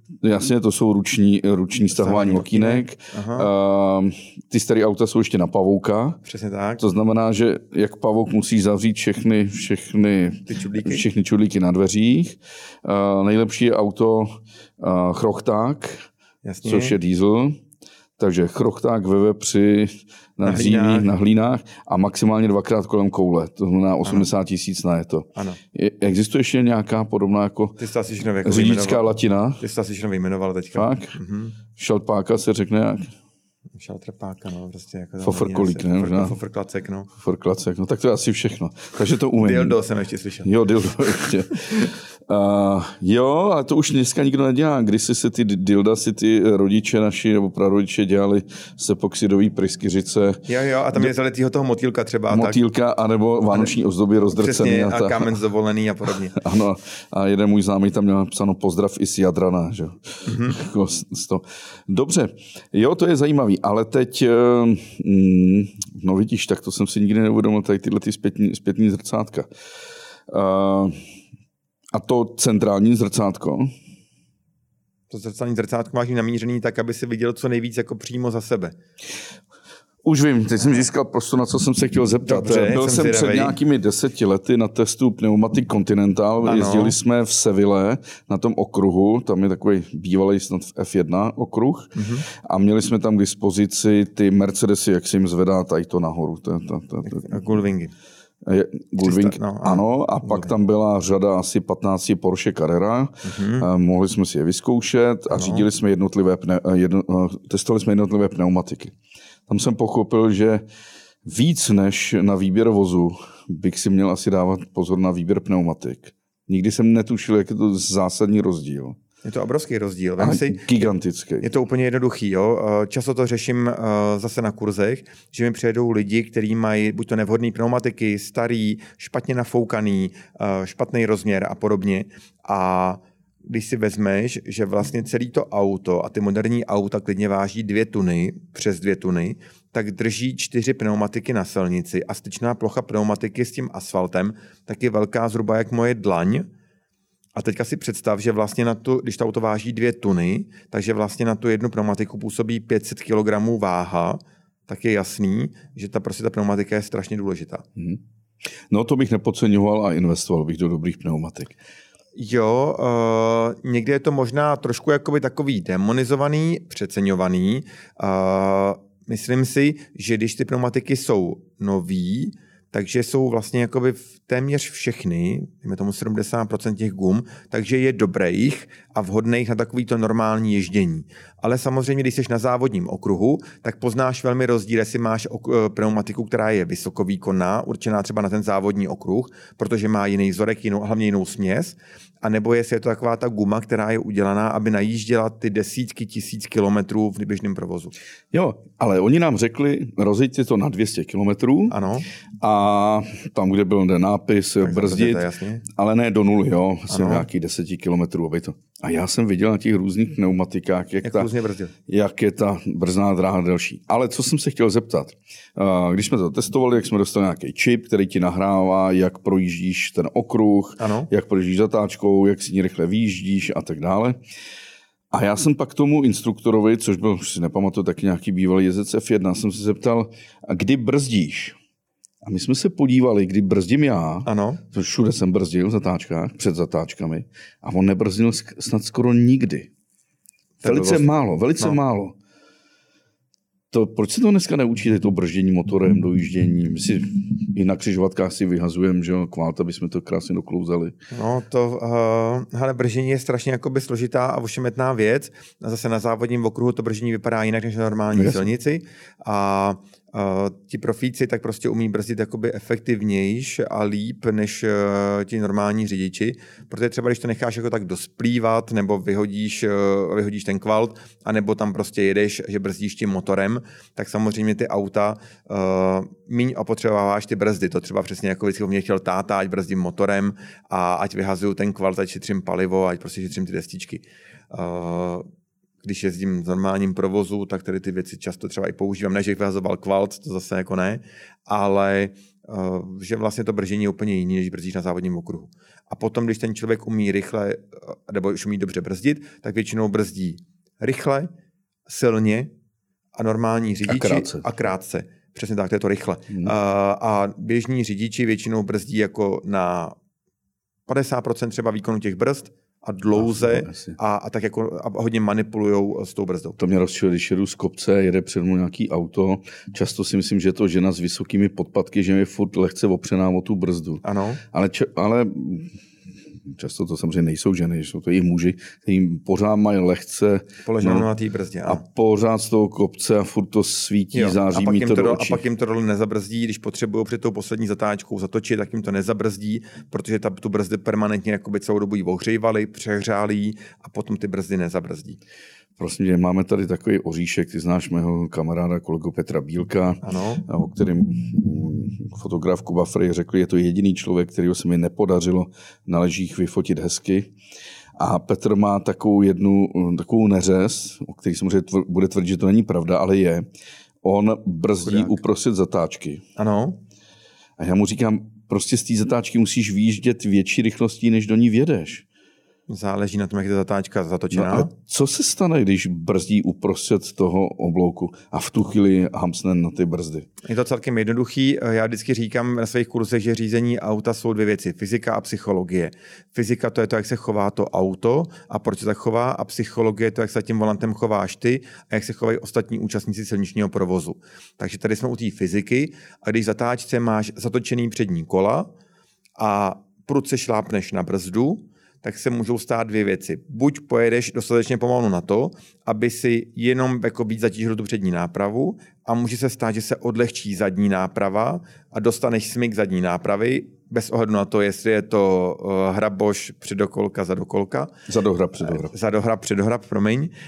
Jasně, to jsou ruční, ruční stahování okýnek. Uh, ty staré auta jsou ještě na pavouka. Přesně tak. To znamená, že jak pavouk musí zavřít všechny, všechny, čudlíky. všechny čudlíky na dveřích. Uh, nejlepší je auto uh, chrochták, Jasně. což je diesel. Takže chrochták ve vepři na dříví, na hlínách a maximálně dvakrát kolem koule. To znamená osmdesát tisíc na je to. Ano. Existuje ještě nějaká podobná jako řidičská latina? Ty jsi to asi všechno vyjmenoval teďka. Fakt? Mm-hmm. Šaltpáka se řekne jak? Šaltrpáka, no, prostě jako... Fofrkolík, ne? Fofr, fofrklacek, no. Fofrklacek, no, tak to je asi všechno. Takže to umím. Dildo jsem ještě slyšel. Jo, dildo ještě. Uh, jo, ale to už dneska nikdo nedělá. Když si se ty dilda si ty rodiče naši nebo prarodiče dělali z epoxidový pryskyřice. Jo, jo, a tam je zaletýho toho motýlka třeba. Motýlka, tak. Anebo vánoční ozdoby rozdrcený. Přesně, a, a kámen zdovolený a podobně. Ano, a jeden můj známý tam měl napsáno pozdrav i z Jadrana. Že? Mm-hmm. Dobře, jo, to je zajímavý, ale teď, mm, no vidíš, tak to jsem si nikdy neuvědomil, tady tyhle ty zpětní, zpětní zrcátka. Uh, A to centrální zrcátko? To zrcální zrcátko máš namířený tak, aby si viděl co nejvíc jako přímo za sebe. Už vím, teď jsem získal prostě, na co jsem se chtěl zeptat. Dobře, Byl jsem, jsem před nějakými deseti lety na testu pneumatik Continental. Ano. Jezdili jsme v Seville na tom okruhu, tam je takový bývalý snad F jedna okruh. Mm-hmm. A měli jsme tam k dispozici ty Mercedesy, jak se jim zvedá tady to nahoru. To, to, to, to. A Gullwingy. Gullwing, no, ano, a pak tam byla řada asi patnáct Porsche Carrera, mm-hmm. mohli jsme si je vyzkoušet a ano. řídili jsme jednotlivé pne, jedno, testovali jsme jednotlivé pneumatiky. Tam jsem pochopil, že víc než na výběr vozu bych si měl asi dávat pozor na výběr pneumatik. Nikdy jsem netušil, jak je to zásadní rozdíl. Je to obrovský rozdíl. Vem si, gigantický. Je to úplně jednoduchý. Jo? Často to řeším zase na kurzech, že mi přijedou lidi, kteří mají buď to nevhodné pneumatiky, starý, špatně nafoukaný, špatný rozměr a podobně. A když si vezmeš, že vlastně celé to auto a ty moderní auta klidně váží dvě tuny, přes dvě tuny, tak drží čtyři pneumatiky na silnici a styčná plocha pneumatiky s tím asfaltem tak je velká zhruba jak moje dlaň. A teďka si představ, že vlastně na tu, když to auto váží dvě tuny, takže vlastně na tu jednu pneumatiku působí pět set kilogramů váha, tak je jasný, že ta, prostě ta pneumatika je strašně důležitá. Hmm. No to bych nepodceňoval a investoval bych do dobrých pneumatik. Jo, uh, někdy je to možná trošku jakoby takový demonizovaný, přeceňovaný. Uh, myslím si, že když ty pneumatiky jsou nový, takže jsou vlastně jakoby téměř všechny, dejme tomu sedmdesát procent těch gum, takže je dobrých a vhodných na takovýto normální ježdění. Ale samozřejmě, když jsi na závodním okruhu, tak poznáš velmi rozdíl, jestli máš pneumatiku, která je vysokovýkonná, určená třeba na ten závodní okruh, protože má jiný vzorek, jinou, hlavně jinou směs, a nebo jestli je to taková ta guma, která je udělaná, aby najížděla ty desítky tisíc kilometrů v běžném provozu. Jo, ale oni nám řekli, rozjeďte to na dvě stě kilometrů. Ano. A tam, kde byl ten nápis, tak brzdit, ale ne do nuly, jo, asi nějakých deseti kilometrů, aby to. A já jsem viděl na těch různých pneumatikách, jak, jak, ta, jak je ta brzná dráha delší. Ale co jsem se chtěl zeptat, když jsme to testovali, jak jsme dostali nějaký čip, který ti nahrává, jak projíždíš ten okruh, ano. jak projíždíš zatáčkou, jak si ní rychle vyjíždíš a tak dále. A já jsem pak tomu instruktorovi, což byl, už si nepamatuju, taky nějaký bývalý jezdec F jedna, jsem se zeptal, a kdy brzdíš? A my jsme se podívali, kdy brzdím já, ano. všude jsem brzdil v zatáčkách, před zatáčkami, a on nebrzdil snad skoro nikdy. To velice vlastně... málo, velice no. málo. To, proč se to dneska neučíte, to brždění motorem, dojíždění? My si i na křižovatkách si vyhazujeme, že jo, kvalt, aby jsme to krásně doklouzali. No to, uh, hele, brždění je strašně jakoby složitá a ošemetná věc. A zase na závodním okruhu to brždění vypadá jinak než na normální yes. silnici. A uh, ti profíci tak prostě umí brzdit jakoby efektivnějš a líp než uh, ti normální řidiči. Protože třeba, když to necháš jako tak dosplývat, nebo vyhodíš, uh, vyhodíš ten kvalt, anebo tam prostě jedeš, že brzdíš tím motorem, tak samozřejmě ty auta uh, míň opotřebováváš ty brzdy. To třeba přesně jako vždycky mě chtěl táta, ať brzdím motorem a ať vyhazuju ten kvalt, ať šetřím palivo, ať prostě šetřím ty destičky. Uh, když jezdím v normálním provozu, tak tady ty věci často třeba i používám. Ne, že bych vyhazoval kvalt, to zase jako ne, ale že vlastně to brždění je úplně jiný, než brzdíš na závodním okruhu. A potom, když ten člověk umí rychle, nebo už umí dobře brzdit, tak většinou brzdí rychle, silně a normální řidiči a krátce. A krátce. Přesně tak, to je to rychle. Hmm. A, a běžní řidiči většinou brzdí jako na padesát procent třeba výkonu těch brzd a dlouze a, a tak jako a hodně manipulujou s tou brzdou. To mě rozčiluje, když jedu z kopce, jede před mnou nějaký auto. Často si myslím, že je to žena s vysokými podpatky, že mi furt lehce opřená o tu brzdu. Ano. Ale, č- ale často to samozřejmě nejsou ženy, jsou to i muži, kteří pořád mají lehce položenou no, na té brzdě. A pořád z toho kopce a furt to svítí, jo, září mi to, to do očí. A pak jim to dole nezabrzdí, když potřebují před tou poslední zatáčkou zatočit, tak jim to nezabrzdí, protože ta, tu brzdy permanentně jakoby celou dobu jí ohřívali, přehřáli a potom ty brzdy nezabrzdí. Prosím tě, máme tady takový oříšek, ty znáš mého kamaráda, kolegu Petra Bílka, ano. o kterém fotograf Kuba Frey řekl, je to jediný člověk, kterého se mi nepodařilo na ležích vyfotit hezky. A Petr má takovou jednu, takovou neřez, o který samozřejmě tvr, bude tvrdit, že to není pravda, ale je. On brzdí Chudák. Uprostřed zatáčky. Ano. A já mu říkám, prostě z té zatáčky musíš výjíždět větší rychlostí, než do ní vjedeš. Záleží na tom, jak je ta zatáčka zatočená. No, co se stane, když brzdí uprostřed toho oblouku a v tu chvíli hamsne na ty brzdy? Je to celkem jednoduchý. Já vždycky říkám na svých kurzech, že řízení auta jsou dvě věci. Fyzika a psychologie. Fyzika to je to, jak se chová to auto a proč se tak chová, a psychologie to, jak se tím volantem chováš ty a jak se chovají ostatní účastníci silničního provozu. Takže tady jsme u té fyziky a když zatáčce máš zatočený přední kola a prudce šlápneš na brzdu, tak se můžou stát dvě věci. Buď pojedeš dostatečně pomalu na to, aby si jenom jako víc zatížil tu přední nápravu, a může se stát, že se odlehčí zadní náprava a dostaneš smyk zadní nápravy, bez ohledu na to, jestli je to uh, hraboš, předokolka, zadokolka. Zadohrab, předohrab. Zadohrab, předohrab, promiň. Uh,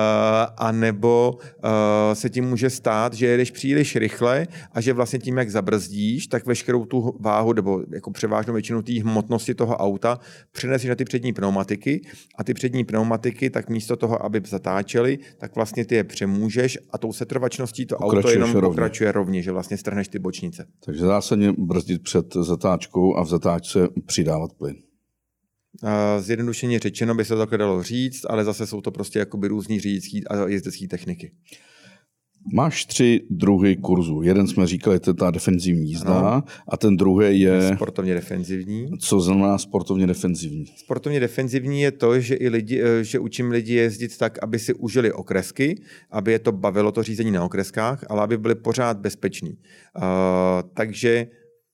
a nebo uh, se tím může stát, že jedeš příliš rychle a že vlastně tím, jak zabrzdíš, tak veškerou tu váhu, nebo jako převážnou většinu té hmotnosti toho auta přenesíš na ty přední pneumatiky a ty přední pneumatiky, tak místo toho, aby zatáčely, tak vlastně ty je přemůžeš a tou setrvačností to auto jenom rovně. pokračuje rovně, že vlastně strhneš ty bočnice. Takže zásadně brzdit před zatáčkou a v zatáčce přidávat plyn. Zjednodušeně řečeno by se to takhle dalo říct, ale zase jsou to prostě jakoby různý řidičský a jezdecký techniky. Máš tři druhy kurzů. Jeden jsme říkali, to je ta defenzivní jízda, ano. A ten druhý je... Sportovně defenzivní. Co znamená sportovně defenzivní? Sportovně defenzivní je to, že, i lidi, že učím lidi jezdit tak, aby si užili okresky, aby je to bavilo, to řízení na okreskách, ale aby byli pořád bezpeční. Uh, takže,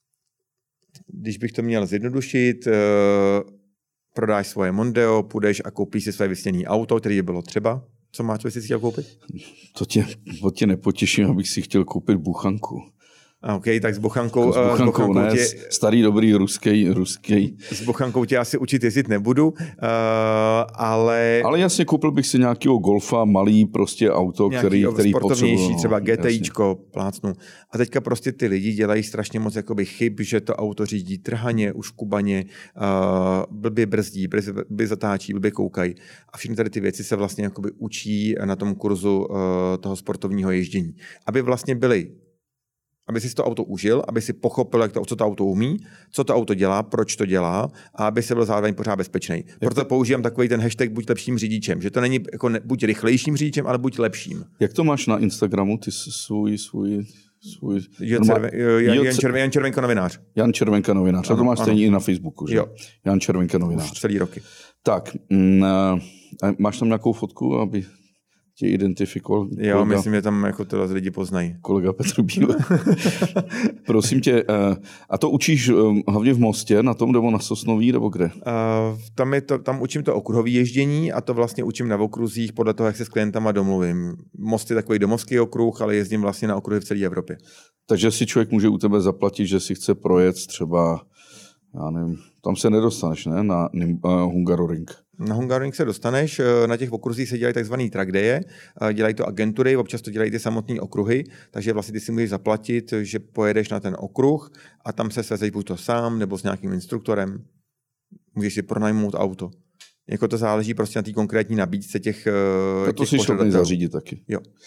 když bych to měl zjednodušit, uh, prodáš svoje Mondeo, půjdeš a koupíš si své vysněné auto, které bylo třeba. Co máš, co jsi si chtěl koupit? To tě, to tě nepotěším, abych si chtěl koupit buchanku. OK, tak s buchankou... S buchankou, s buchankou ne, tě, starý, dobrý, ruský, ruský. S buchankou tě asi učit jezdit nebudu, uh, ale... Ale jasně, koupil bych si nějakého Golfa, malý prostě auto, nějaký který, který sportovnější, potřebuji. třeba GTIčko, plácnu. A teďka prostě ty lidi dělají strašně moc jakoby chyb, že to auto řídí trhaně, uškubaně, uh, blbě brzdí, blbě zatáčí, blbě koukají. A všechny tady ty věci se vlastně jakoby učí na tom kurzu uh, toho sportovního ježdění. Aby vlastně byly aby si to auto užil, aby si pochopil, jak to, co to auto umí, co to auto dělá, proč to dělá, a aby se byl zároveň pořád bezpečný. Proto to... používám takový ten hashtag buď lepším řidičem, že to není jako ne, buď rychlejším řidičem, ale buď lepším. Jak to máš na Instagramu, ty svůj, svůj, svůj... Jan, Červen, Jan, Jan, Červen, Jan Červenka novinář. Jan Červenka novinář. A to máš stejně i na Facebooku, že? Jo. Jan Červenka novinář. Už celý roky. Tak, m, máš tam nějakou fotku, aby tě identifikoval? Jo, kolega, myslím, že tam jako to lidi poznají. Kolega Petr Bílek. Prosím tě, a to učíš hlavně v Mostě, na tom, nebo na Sosnoví, nebo kde? Uh, tam, je to, tam učím to okruhové ježdění a to vlastně učím na okruzích podle toho, jak se s klientama domluvím. Most je takový domovský okruh, ale jezdím vlastně na okruhy v celé Evropě. Takže si člověk může u tebe zaplatit, že si chce projet třeba, já nevím, tam se nedostaneš, ne, na uh, Hungaroring. Na Hungaroring se dostaneš, na těch okruzích se dělají takzvaný track daye, dělají to agentury, občas to dělají ty samotné okruhy, takže vlastně ty si můžeš zaplatit, že pojedeš na ten okruh a tam se svezeš buď to sám, nebo s nějakým instruktorem, můžeš si pronajmout auto. Jako to záleží prostě na té konkrétní nabídce těch, to těch si schopný zařídit taky. Jo.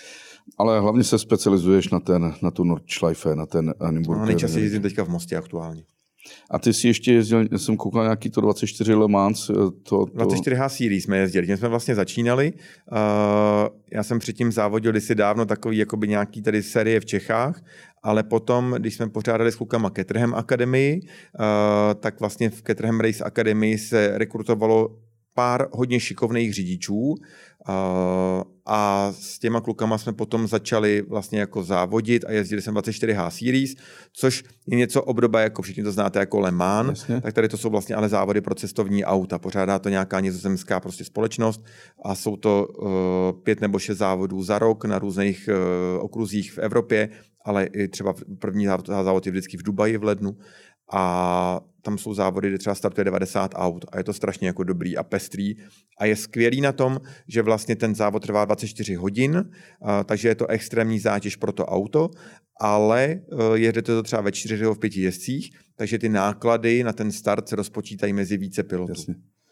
Ale hlavně se specializuješ na, ten, na tu Nordschleife, na ten Nürburgring. No, nejčastěji jezdím teďka v Mostě aktuálně. A ty jsi ještě jezdil, jsem koukal nějaký to dvacet čtyři Le Mans. To, to... dvacet čtyři H Series jsme jezdili, tím jsme vlastně začínali. Uh, já jsem předtím závodil kdysi dávno takový jakoby nějaký tady série v Čechách, ale potom, když jsme pořádali s klukama Caterham Academy, uh, tak vlastně v Caterham Race Academy se rekrutovalo pár hodně šikovných řidičů uh, a s těma klukama jsme potom začali vlastně jako závodit a jezdili jsme dvacet čtyři H Series, což je něco obdoba, jako všichni to znáte jako Le Mans, Jasně. tak tady to jsou vlastně ale závody pro cestovní auta. Pořádá to nějaká nizozemská prostě společnost a jsou to uh, pět nebo šest závodů za rok na různých uh, okruzích v Evropě, ale i třeba první závod, závod je vždycky v Dubaji v lednu. A tam jsou závody, kde třeba startuje devadesát aut a je to strašně jako dobrý a pestrý a je skvělý na tom, že vlastně ten závod trvá dvacet čtyři hodin, takže je to extrémní zátěž pro to auto, ale jedete to třeba ve čtyřech nebo v pěti jezdcích, takže ty náklady na ten start se rozpočítají mezi více pilotů. Jasně.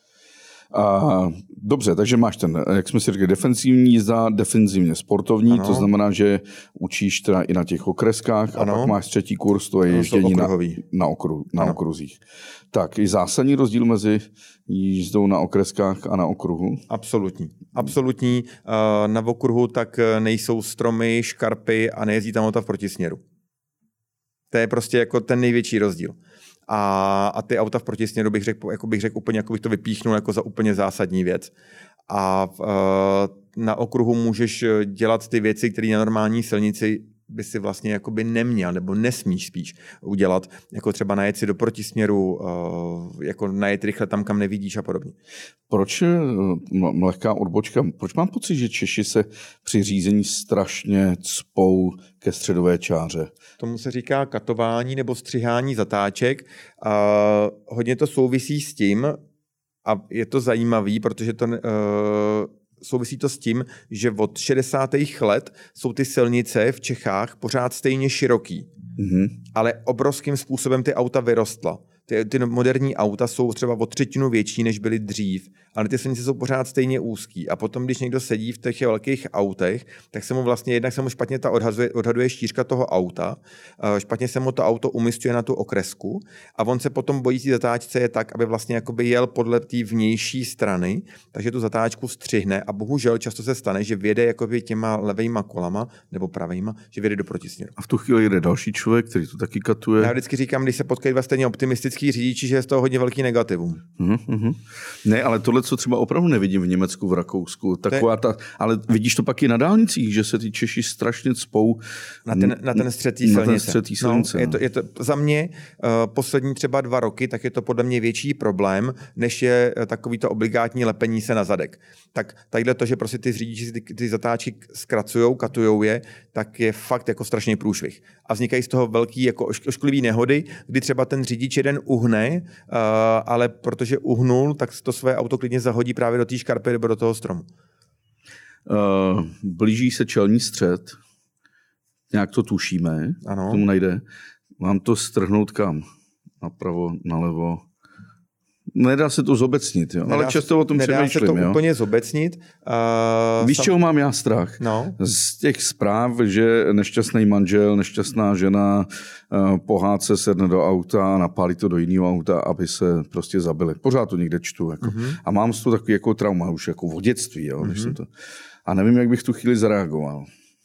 A, dobře, takže máš ten, jak jsme si řekli, defenzivní jízda, defenzivně sportovní, ano. To znamená, že učíš teda i na těch okreskách ano. A pak máš třetí kurz, to je ano, ježdění na, na, okru, na okruzích. Tak, je zásadní rozdíl mezi jízdou na okreskách a na okruhu? Absolutní. Absolutní. Na okruhu tak nejsou stromy, škarpy a nejezdí tam auta v protisměru. To je prostě jako ten největší rozdíl. A, a ty auta v protisměru bych řekl, jako bych řekl úplně, jako bych to vypíchnul jako za úplně zásadní věc. A uh, na okruhu můžeš dělat ty věci, které na normální silnici by si vlastně jakoby neměl, nebo nesmíš spíš udělat, jako třeba najet si do protisměru, uh, jako najet rychle tam, kam nevidíš a podobně. Proč, lehká odbočka, proč mám pocit, že Češi se při řízení strašně cpou ke středové čáře? Tomu se říká katování nebo střihání zatáček. Uh, hodně to souvisí s tím, a je to zajímavý, protože to... Uh, souvisí to s tím, že od šedesátých let jsou ty silnice v Čechách pořád stejně široký. Mm-hmm. Ale obrovským způsobem ty auta vyrostla. Ty, ty moderní auta jsou třeba o třetinu větší, než byly dřív, ale ty silnice jsou pořád stejně úzký. A potom, když někdo sedí v těch velkých autech, tak se mu vlastně jednak se mu špatně ta odhaduje, odhaduje šířka toho auta, špatně se mu to auto umísťuje na tu okresku a on se potom bojí té zatáčce je tak, aby vlastně jakoby jel podle té vnější strany, takže tu zatáčku střihne a bohužel často se stane, že vjede jakoby těma levejma kolama nebo pravejma, že vjede do protisměru. A v tu chvíli jede další člověk, který to taky katuje. Já vždycky říkám, když se potkají dva stejně optimistický řidiči, že je z toho hodně velký negativum. Uh-huh. Ne, ale tohle, co třeba opravdu nevidím v Německu, v Rakousku, taková ta, ale vidíš to pak i na dálnicích, že se ty Češi strašně cpou na ten, na ten střed té silnice. No, je to, je to, za mě uh, poslední třeba dva roky, tak je to podle mě větší problém, než je uh, takový to obligátní lepení se na zadek. Tak tadyhle to, že prostě ty řidiči ty, ty zatáčky zkracujou, katujou je, tak je fakt jako strašný průšvih. A vznikají z toho velký jako ošklivý nehody, kdy třeba ten řidič jeden uhne, uh, ale protože uhnul, tak to své auto klidně zahodí právě do té škarpy nebo do toho stromu. Uh, blíží se čelní střed, nějak to tušíme, ano. Tomu najde. Mám to strhnout kam? Napravo, nalevo? Nedá se to zobecnit, jo? Ale často o tom přemýšlím. Nedá se to jo? úplně zobecnit. Uh, Víš, sam... čeho mám já strach? No. Z těch zpráv, že nešťastný manžel, nešťastná žena uh, pohádce sedne do auta, napálí to do jiného auta, aby se prostě zabili. Pořád to někde čtu. Jako. Uh-huh. A mám z toho takový jako trauma už jako v dětství. Jo? Uh-huh. Jsem to... A nevím, jak bych tu chvíli zareagoval.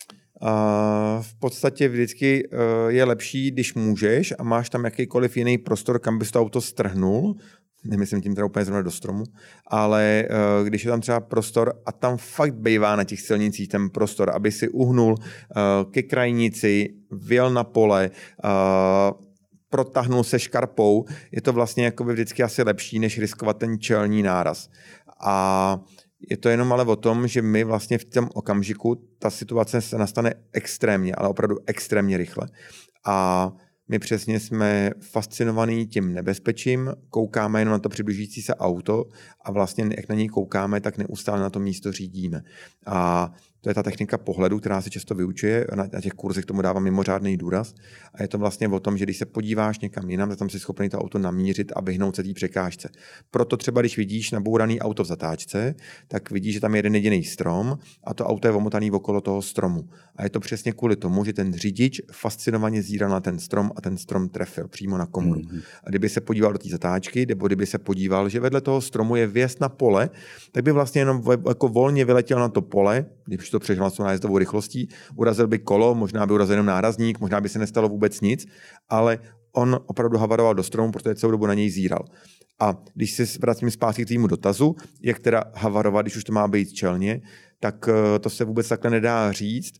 Uh, v podstatě vždycky uh, je lepší, když můžeš a máš tam jakýkoliv jiný prostor, kam bys to auto strhnul, nemyslím tím teda úplně zrovna do stromu, ale uh, když je tam třeba prostor a tam fakt bejvá na těch silnicích ten prostor, aby si uhnul uh, ke krajnici, vyjel na pole, uh, protáhnul se škarpou, je to vlastně jakoby vždycky asi lepší, než riskovat ten čelní náraz. A je to jenom ale o tom, že my vlastně v tom okamžiku, ta situace se nastane extrémně, ale opravdu extrémně rychle. A my přesně jsme fascinovaní tím nebezpečím, koukáme jenom na to přibližující se auto a vlastně jak na něj koukáme, tak neustále na to místo řídíme. A To je ta technika pohledu, která se často vyučuje, na, na těch kurzech tomu dává mimořádný důraz. A je to vlastně o tom, že když se podíváš někam jinam, tak tam jsi schopný to auto namířit a vyhnout se té překážce. Proto třeba, když vidíš nabouraný auto v zatáčce, tak vidíš, že tam je jeden jediný strom a to auto je omotaný okolo toho stromu. A je to přesně kvůli tomu, že ten řidič fascinovaně zíral na ten strom a ten strom trefil přímo na komunu. Mm-hmm. A kdyby se podíval do té zatáčky, nebo kdyby se podíval, že vedle toho stromu je vjezd na pole, tak by vlastně jenom jako volně vyletěl na to pole, když to přežil s nájezdovou rychlostí, urazil by kolo, možná by urazil jenom nárazník, možná by se nestalo vůbec nic, ale on opravdu havaroval do stromu, protože celou dobu na něj zíral. A když se vrátím zpátky k týmu dotazu, jak teda havarovat, když už to má být čelně, tak to se vůbec takhle nedá říct.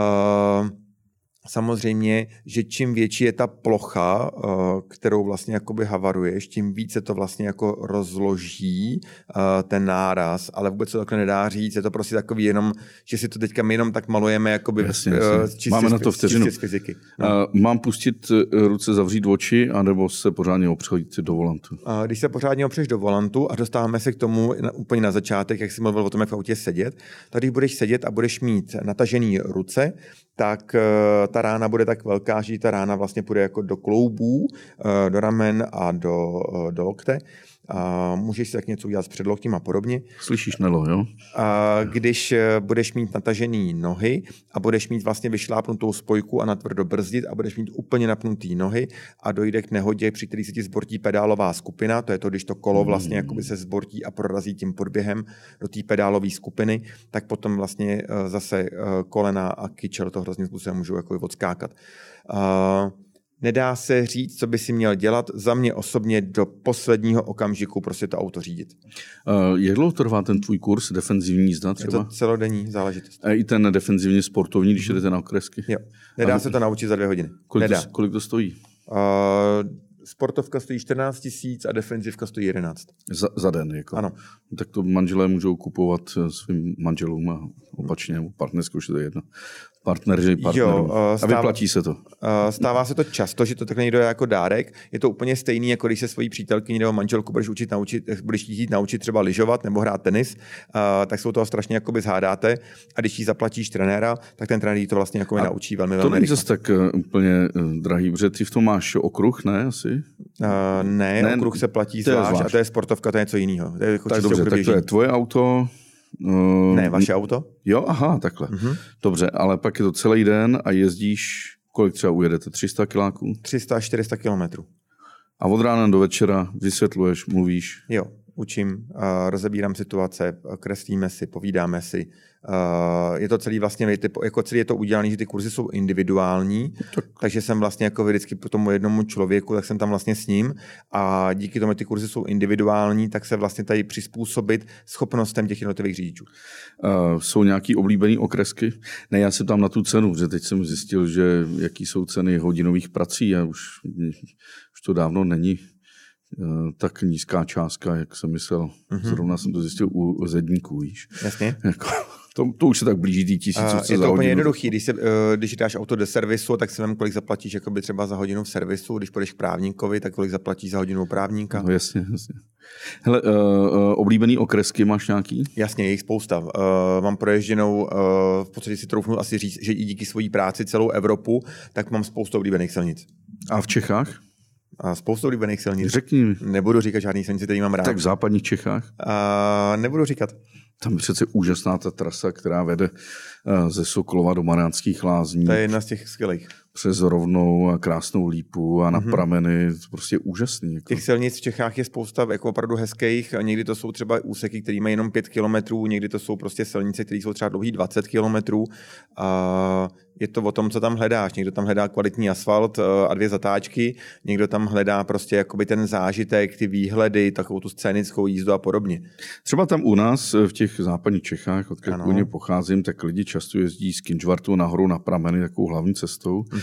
Uh, Samozřejmě, že čím větší je ta plocha, kterou vlastně jakoby havaruješ, tím více to vlastně jako rozloží ten náraz, ale vůbec to takhle nedá říct, je to prostě takový jenom, že si to teďka my jenom tak malujeme jakoby jasně, jasně. Čistě, máme na to vteřinu. Z fyziky. No. Mám pustit ruce, zavřít oči, anebo se pořádně opřít do volantu? Když se pořádně opřeš do volantu a dostáváme se k tomu na, úplně na začátek, jak jsi mluvil o tom, jak v autě sedět, tak když budeš sedět a budeš mít natažený ruce, tak ta rána bude tak velká, že ta rána vlastně půjde jako do kloubů, do ramen a do, do lokte. A můžeš si tak něco udělat s předloktím a podobně. Slyšíš, Nelo, jo? A když budeš mít natažený nohy a budeš mít vlastně vyšlápnutou spojku a natvrdo brzdit a budeš mít úplně napnutý nohy a dojde k nehodě, při který se ti zbortí pedálová skupina, to je to, když to kolo vlastně jakoby se zbortí a prorazí tím podběhem do té pedálové skupiny, tak potom vlastně zase kolena a kyčel to hrozným způsobem můžou jako odskákat. Uh, Nedá se říct, co by si měl dělat. Za mě osobně do posledního okamžiku prostě to auto řídit. Uh, jak dlouho trvá ten tvůj kurz defenzivní jízda třeba? Je to celodenní záležitost. A i ten defenzivně sportovní, když jdete na okresky? Jo. Nedá A se to naučit za dvě hodiny. Kolik, Nedá. To, kolik to stojí? Uh, sportovka stojí čtrnáct tisíc a defenzivka stojí jedenáct. Za, za den, jako? Ano. Tak to manželé můžou kupovat svým manželům a opačně, partnerskou, už je to jedno. Partneři, partnerů. Jo, uh, stává, a vyplatí se to. Uh, stává se to často, že to takhle někdo je jako dárek. Je to úplně stejný, jako když se svojí přítelkyni nebo manželku budeš učit naučit, budeš chtít naučit třeba lyžovat nebo hrát tenis, uh, tak se toho strašně jakoby zhádáte. A když jí zaplatíš trenéra, tak ten trenér jí to vlastně jako naučí velmi, velmi to není zase tak uh, úplně uh, drahý, protože ty v tom máš okruh, ne? Asi? Uh, ne, ne, okruh se platí zvlášť, zvlášť a to je sportovka, to je něco jiného. To je jako tak dobře, tak to je tvoje auto. Uh, ne, vaše auto? Jo, aha, takhle. Uh-huh. Dobře, ale pak je to celý den a jezdíš, kolik třeba ujedete? tři sta kiláků? tři sta až čtyři sta kilometrů. A od rána do večera vysvětluješ, mluvíš? Jo, učím, uh, rozebírám situace, kreslíme si, povídáme si. Uh, je to celý vlastně, jako celý je to udělané, že ty kurzy jsou individuální, tak. takže jsem vlastně jako vždycky po tomu jednomu člověku, tak jsem tam vlastně s ním a díky tomu ty kurzy jsou individuální, tak se vlastně tady přizpůsobit schopnostem těch jednotlivých řidičů. Uh, jsou nějaký oblíbený okresky? Ne, já jsem tam na tu cenu, že teď jsem zjistil, že jaký jsou ceny hodinových prací a už, už to dávno není tak nízká částka, jak jsem myslel. Mm-hmm. Zrovna jsem to zjistil u zedníků, víš. Jasně. Jako, to, to už se tak blíží tý tisícovce uh, za hodinu. Je to úplně jednoduchý. Když, se, uh, když dáš auto do servisu, tak si vem, kolik zaplatíš jakoby třeba za hodinu v servisu. Když půjdeš k právníkovi, tak kolik zaplatíš za hodinu právníka. No jasně, jasně. Hele, uh, uh, oblíbený okresky máš nějaký? Jasně, je jich spousta. Uh, mám proježděnou, uh, v podstatě si troufnu asi říct, že i díky svojí práci celou Evropu, tak mám spoustu oblíbených silnic. A v Čechách? A spoustu oblíbených silnic. Řekni mi. Nebudu říkat žádný silnici, který mám rád. Tak v západních Čechách? A nebudu říkat. Tam je přece úžasná ta trasa, která vede ze Sokolova do Mariánských Lázní. To je jedna z těch skvělých. Přes Rovnou a Krásnou Lípu a na mm-hmm. prameny. To prostě úžasný. Jako. Těch silnic v Čechách je spousta jako opravdu hezkých. Někdy to jsou třeba úseky, které mají jenom pět kilometrů, někdy to jsou prostě silnice, které jsou třeba dlouhý dvacet kilometrů. A je to o tom, co tam hledáš. Někdo tam hledá kvalitní asfalt a dvě zatáčky, někdo tam hledá prostě jakoby ten zážitek, ty výhledy, takovou tu scénickou jízdu a podobně. Třeba tam u nás v těch západních Čechách, odkud původně pocházím, tak lidi často jezdí z Kynžvartu nahoru na prameny takovou hlavní cestou. Mm-hmm.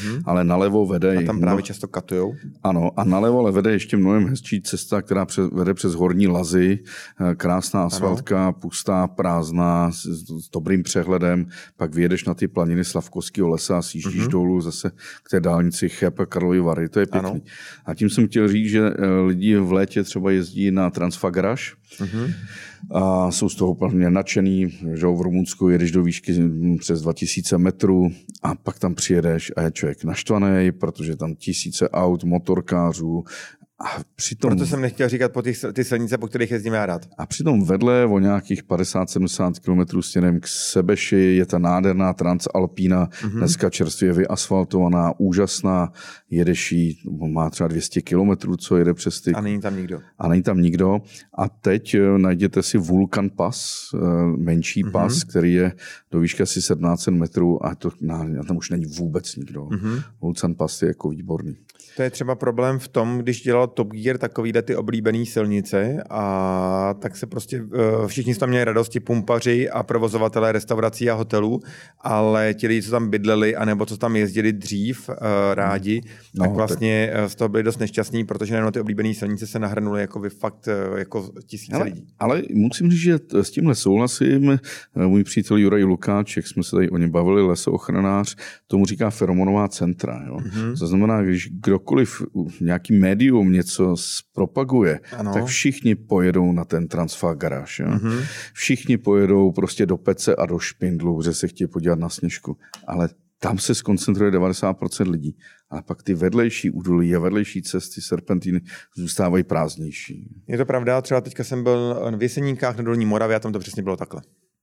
mm-hmm. ale nalevo vede... A tam právě no, často katujou. Ano, a nalevo ale vede ještě mnohem hezčí cesta, která přes, vede přes horní lazy, krásná asfaltka, ano. pustá, prázdná, s, s dobrým přehledem, pak vyjedeš na ty planiny Slavkovského lesa a sjíždíš mm-hmm. dolů zase k té dálnici Cheb a Karlovy Vary, to je pěkný. Ano. A tím jsem chtěl říct, že lidi v létě třeba jezdí na Transfagaraž, mm-hmm. a jsou z toho plně nadšený, že v Rumunsku jedeš do výšky přes dva tisíce metrů a pak tam přijedeš a je člověk naštvaný, protože tam tisíce aut, motorkářů. A přitom, Proto jsem nechtěl říkat po těch, ty silnice, po kterých jezdím já rád. A přitom vedle o nějakých padesát sedmdesát kilometrů stěnem k Sebeši je ta nádherná Transalpína, mm-hmm. dneska čerstvě vyasfaltovaná, úžasná, jedeš jí, má třeba dvě stě kilometrů, co jede přes ty. A není tam nikdo. A není tam nikdo. A teď najděte si Vulcan Pass, menší mm-hmm. pas, který je do výšky asi sedmnáct set metrů a to, na, tam už není vůbec nikdo. Mm-hmm. Vulcan Pass je jako výborný. To je třeba problém v tom, když dělal Top Gear takovýhle ty oblíbený silnice a tak se prostě všichni tam měli radosti, pumpaři a provozovatelé restaurací a hotelů, ale ti lidi, co tam bydleli anebo co tam jezdili dřív rádi, no, tak vlastně tak... z toho byli dost nešťastní, protože na ty oblíbené silnice se nahrnuly jako by fakt jako tisíce ale, lidí. Ale musím říct, že s tímhle souhlasím. Můj přítel Juraj Lukáč, jak jsme se tady o něm bavili, lesoochranář, tomu říká feromonová centra. Jo? Mm-hmm. To znamená, když kdokoliv nějaký médium něco propaguje, ano. tak všichni pojedou na ten Transfagaráž. Mm-hmm. Všichni pojedou prostě do Pece a do Špindlu, že se chtějí podívat na Sněžku. Ale tam se skoncentruje devadesát procent lidí. Ale pak ty vedlejší údolí a vedlejší cesty, serpentíny zůstávají prázdnější. Je to pravda, třeba teďka jsem byl v Jeseníkách na Dolní Moravě a tam to přesně bylo takhle.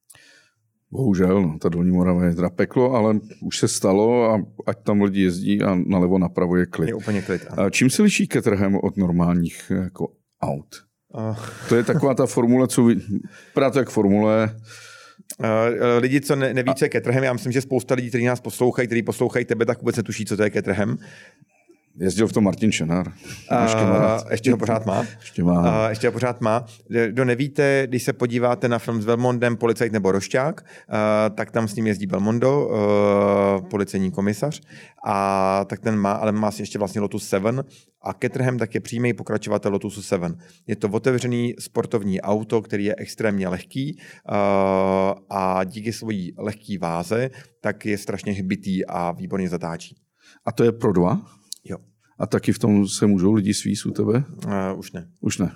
Bohužel, no, ta Dolní Morava je teda peklo, ale už se stalo a ať tam lidi jezdí a nalevo napravo je klid. Je úplně klid. A čím se liší Caterham od normálních jako aut? Uh. To je taková ta formule, co vy... Právě jak formule... Uh, lidi, co ne, neví, co je Caterham, já myslím, že spousta lidí, kteří nás poslouchají, kteří poslouchají tebe, tak vůbec netuší, co to je Caterham. Jezdil v tom Martin Šenár. Uh, ještě ho pořád má. Ještě má. Uh, ještě ho pořád má. Kdo nevíte, když se podíváte na film s Belmondem Policajt nebo Rošťák, uh, tak tam s ním jezdí Belmondo, uh, policejní komisař, a tak ten má, ale má si ještě vlastně Lotus sedm a Caterham tak je přímý pokračovatel Lotusu sedm. Je to otevřený sportovní auto, který je extrémně lehký uh, a díky svojí lehký váze tak je strašně hbitý a výborně zatáčí. A to je pro dva? Jo. A taky v tom se můžou lidi svíst u tebe? Uh, už ne. Už ne.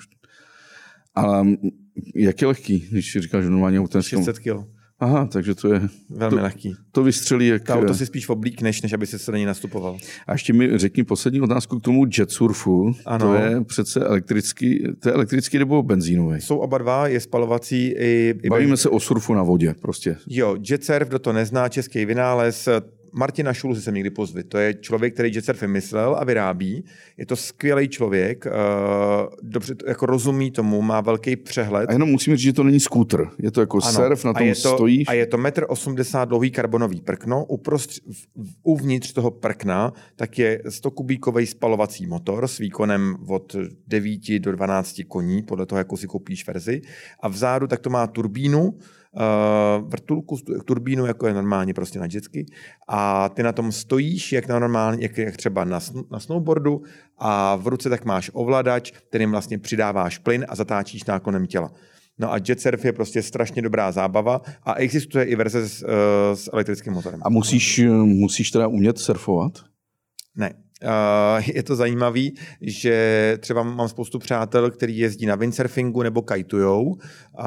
Ale jak je lehký, když říkáš, že normálně autem... šest set kilo. Aha, takže to je... Velmi to, lehký. To vystřelí jak... To auto si spíš oblíkneš, než aby se do něj nastupoval. A ještě mi řekni poslední otázku k tomu jetsurfu. Ano. To je přece elektrický, to je elektrický nebo benzínový? Jsou oba dva, je spalovací i... i Bavíme ben... se o surfu na vodě prostě. Jo, jetsurf, kdo to nezná, český vynález... Martina Šulze jsem někdy pozvi. To je člověk, který jetsurf vymyslel a vyrábí. Je to skvělý člověk, dobře jako rozumí tomu, má velký přehled. A jenom musím říct, že to není skútr. Je to jako ano. surf, na tom a to, stojíš. A je to metr osmdesát dlouhý karbonový prkno. Uprostř, uvnitř toho prkna tak je sto kubíkový spalovací motor s výkonem od devět do dvanácti koní, podle toho, jakou si koupíš verzi. A vzadu tak to má turbínu, Uh, vrtulku, turbínu, jako je normálně prostě na jetsky, a ty na tom stojíš, jak, na normálně, jak, jak třeba na, na snowboardu, a v ruce tak máš ovladač, kterým vlastně přidáváš plyn a zatáčíš náklonem těla. No a jetsurf je prostě strašně dobrá zábava a existuje i verze s, uh, s elektrickým motorem. A musíš, musíš teda umět surfovat? Ne. Uh, je to zajímavý, že třeba mám spoustu přátel, kteří jezdí na windsurfingu nebo kajtujou, uh,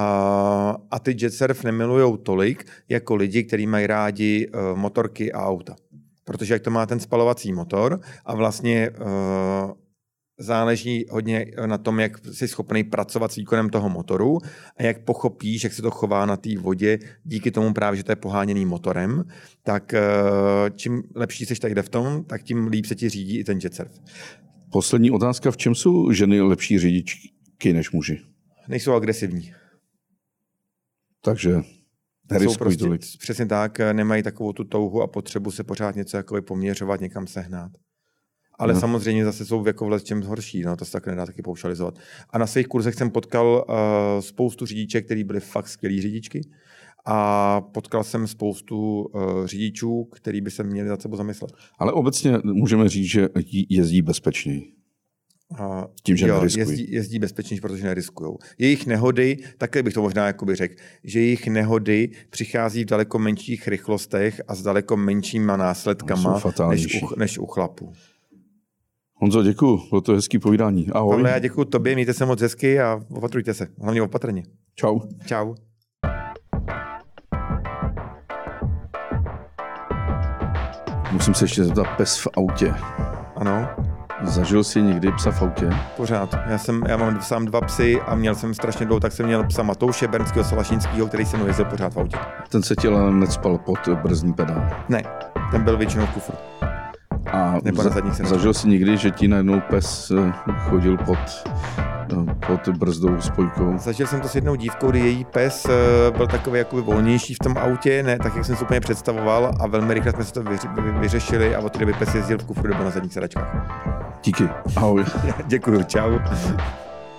a ty jetsurf nemilujou tolik jako lidi, kteří mají rádi uh, motorky a auta. Protože jak to má ten spalovací motor a vlastně uh, záleží hodně na tom, jak jsi schopný pracovat s výkonem toho motoru a jak pochopíš, jak se to chová na té vodě díky tomu právě, že to je poháněný motorem, tak čím lepší jsi tady v tom, tak tím líp se ti řídí i ten jetsurf. Poslední otázka, v čem jsou ženy lepší řidičky než muži? Nejsou agresivní. Takže jsou prostě, přesně tak, nemají takovou tu touhu a potřebu se pořád něco jako poměřovat, někam sehnat. Ale no. samozřejmě zase jsou věkově v čem horší, no, to se tak nedá taky paušalizovat. A na svých kurzech jsem potkal uh, spoustu řidiček, který byly fakt skvělý řidičky a potkal jsem spoustu uh, řidičů, který by se měli za sebou zamyslet. Ale obecně můžeme říct, že jezdí bezpečněji. A tím, že jo, neriskují. Jezdí, jezdí bezpečněji, protože neriskují. Jejich nehody, takhle bych to možná jakoby řekl, že jejich nehody přichází v daleko menších rychlostech a s daleko menšíma následkama než u, než u chlapů. Honzo, děkuju, bylo to hezký povídání. Ahoj. Pavle, já děkuju tobě, mějte se moc hezky a opatrujte se. Hlavně opatrně. Čau. Čau. Musím se ještě zeptat, pes v autě. Ano. Zažil jsi někdy psa v autě? Pořád. Já, jsem, já mám sám dva psy a měl jsem strašně dlouho, tak jsem měl psa Matouše Bernského Salašinského, který se mnou jezdil pořád v autě. Ten se ti ale necpal pod brzdní pedál? Ne, ten byl většinou v kufru. A za, zažil jsi někdy, že ti najednou pes chodil pod, pod brzdou spojkou? Zažil jsem to s jednou dívkou, kdy její pes byl takový jakoby volnější v tom autě, ne tak, jak jsem si úplně představoval a velmi rychle jsme se to vyři, vyřešili a od té doby pes jezdil v kufru nebo na zadních sedačkách. Díky, ahoj. Děkuju, čau.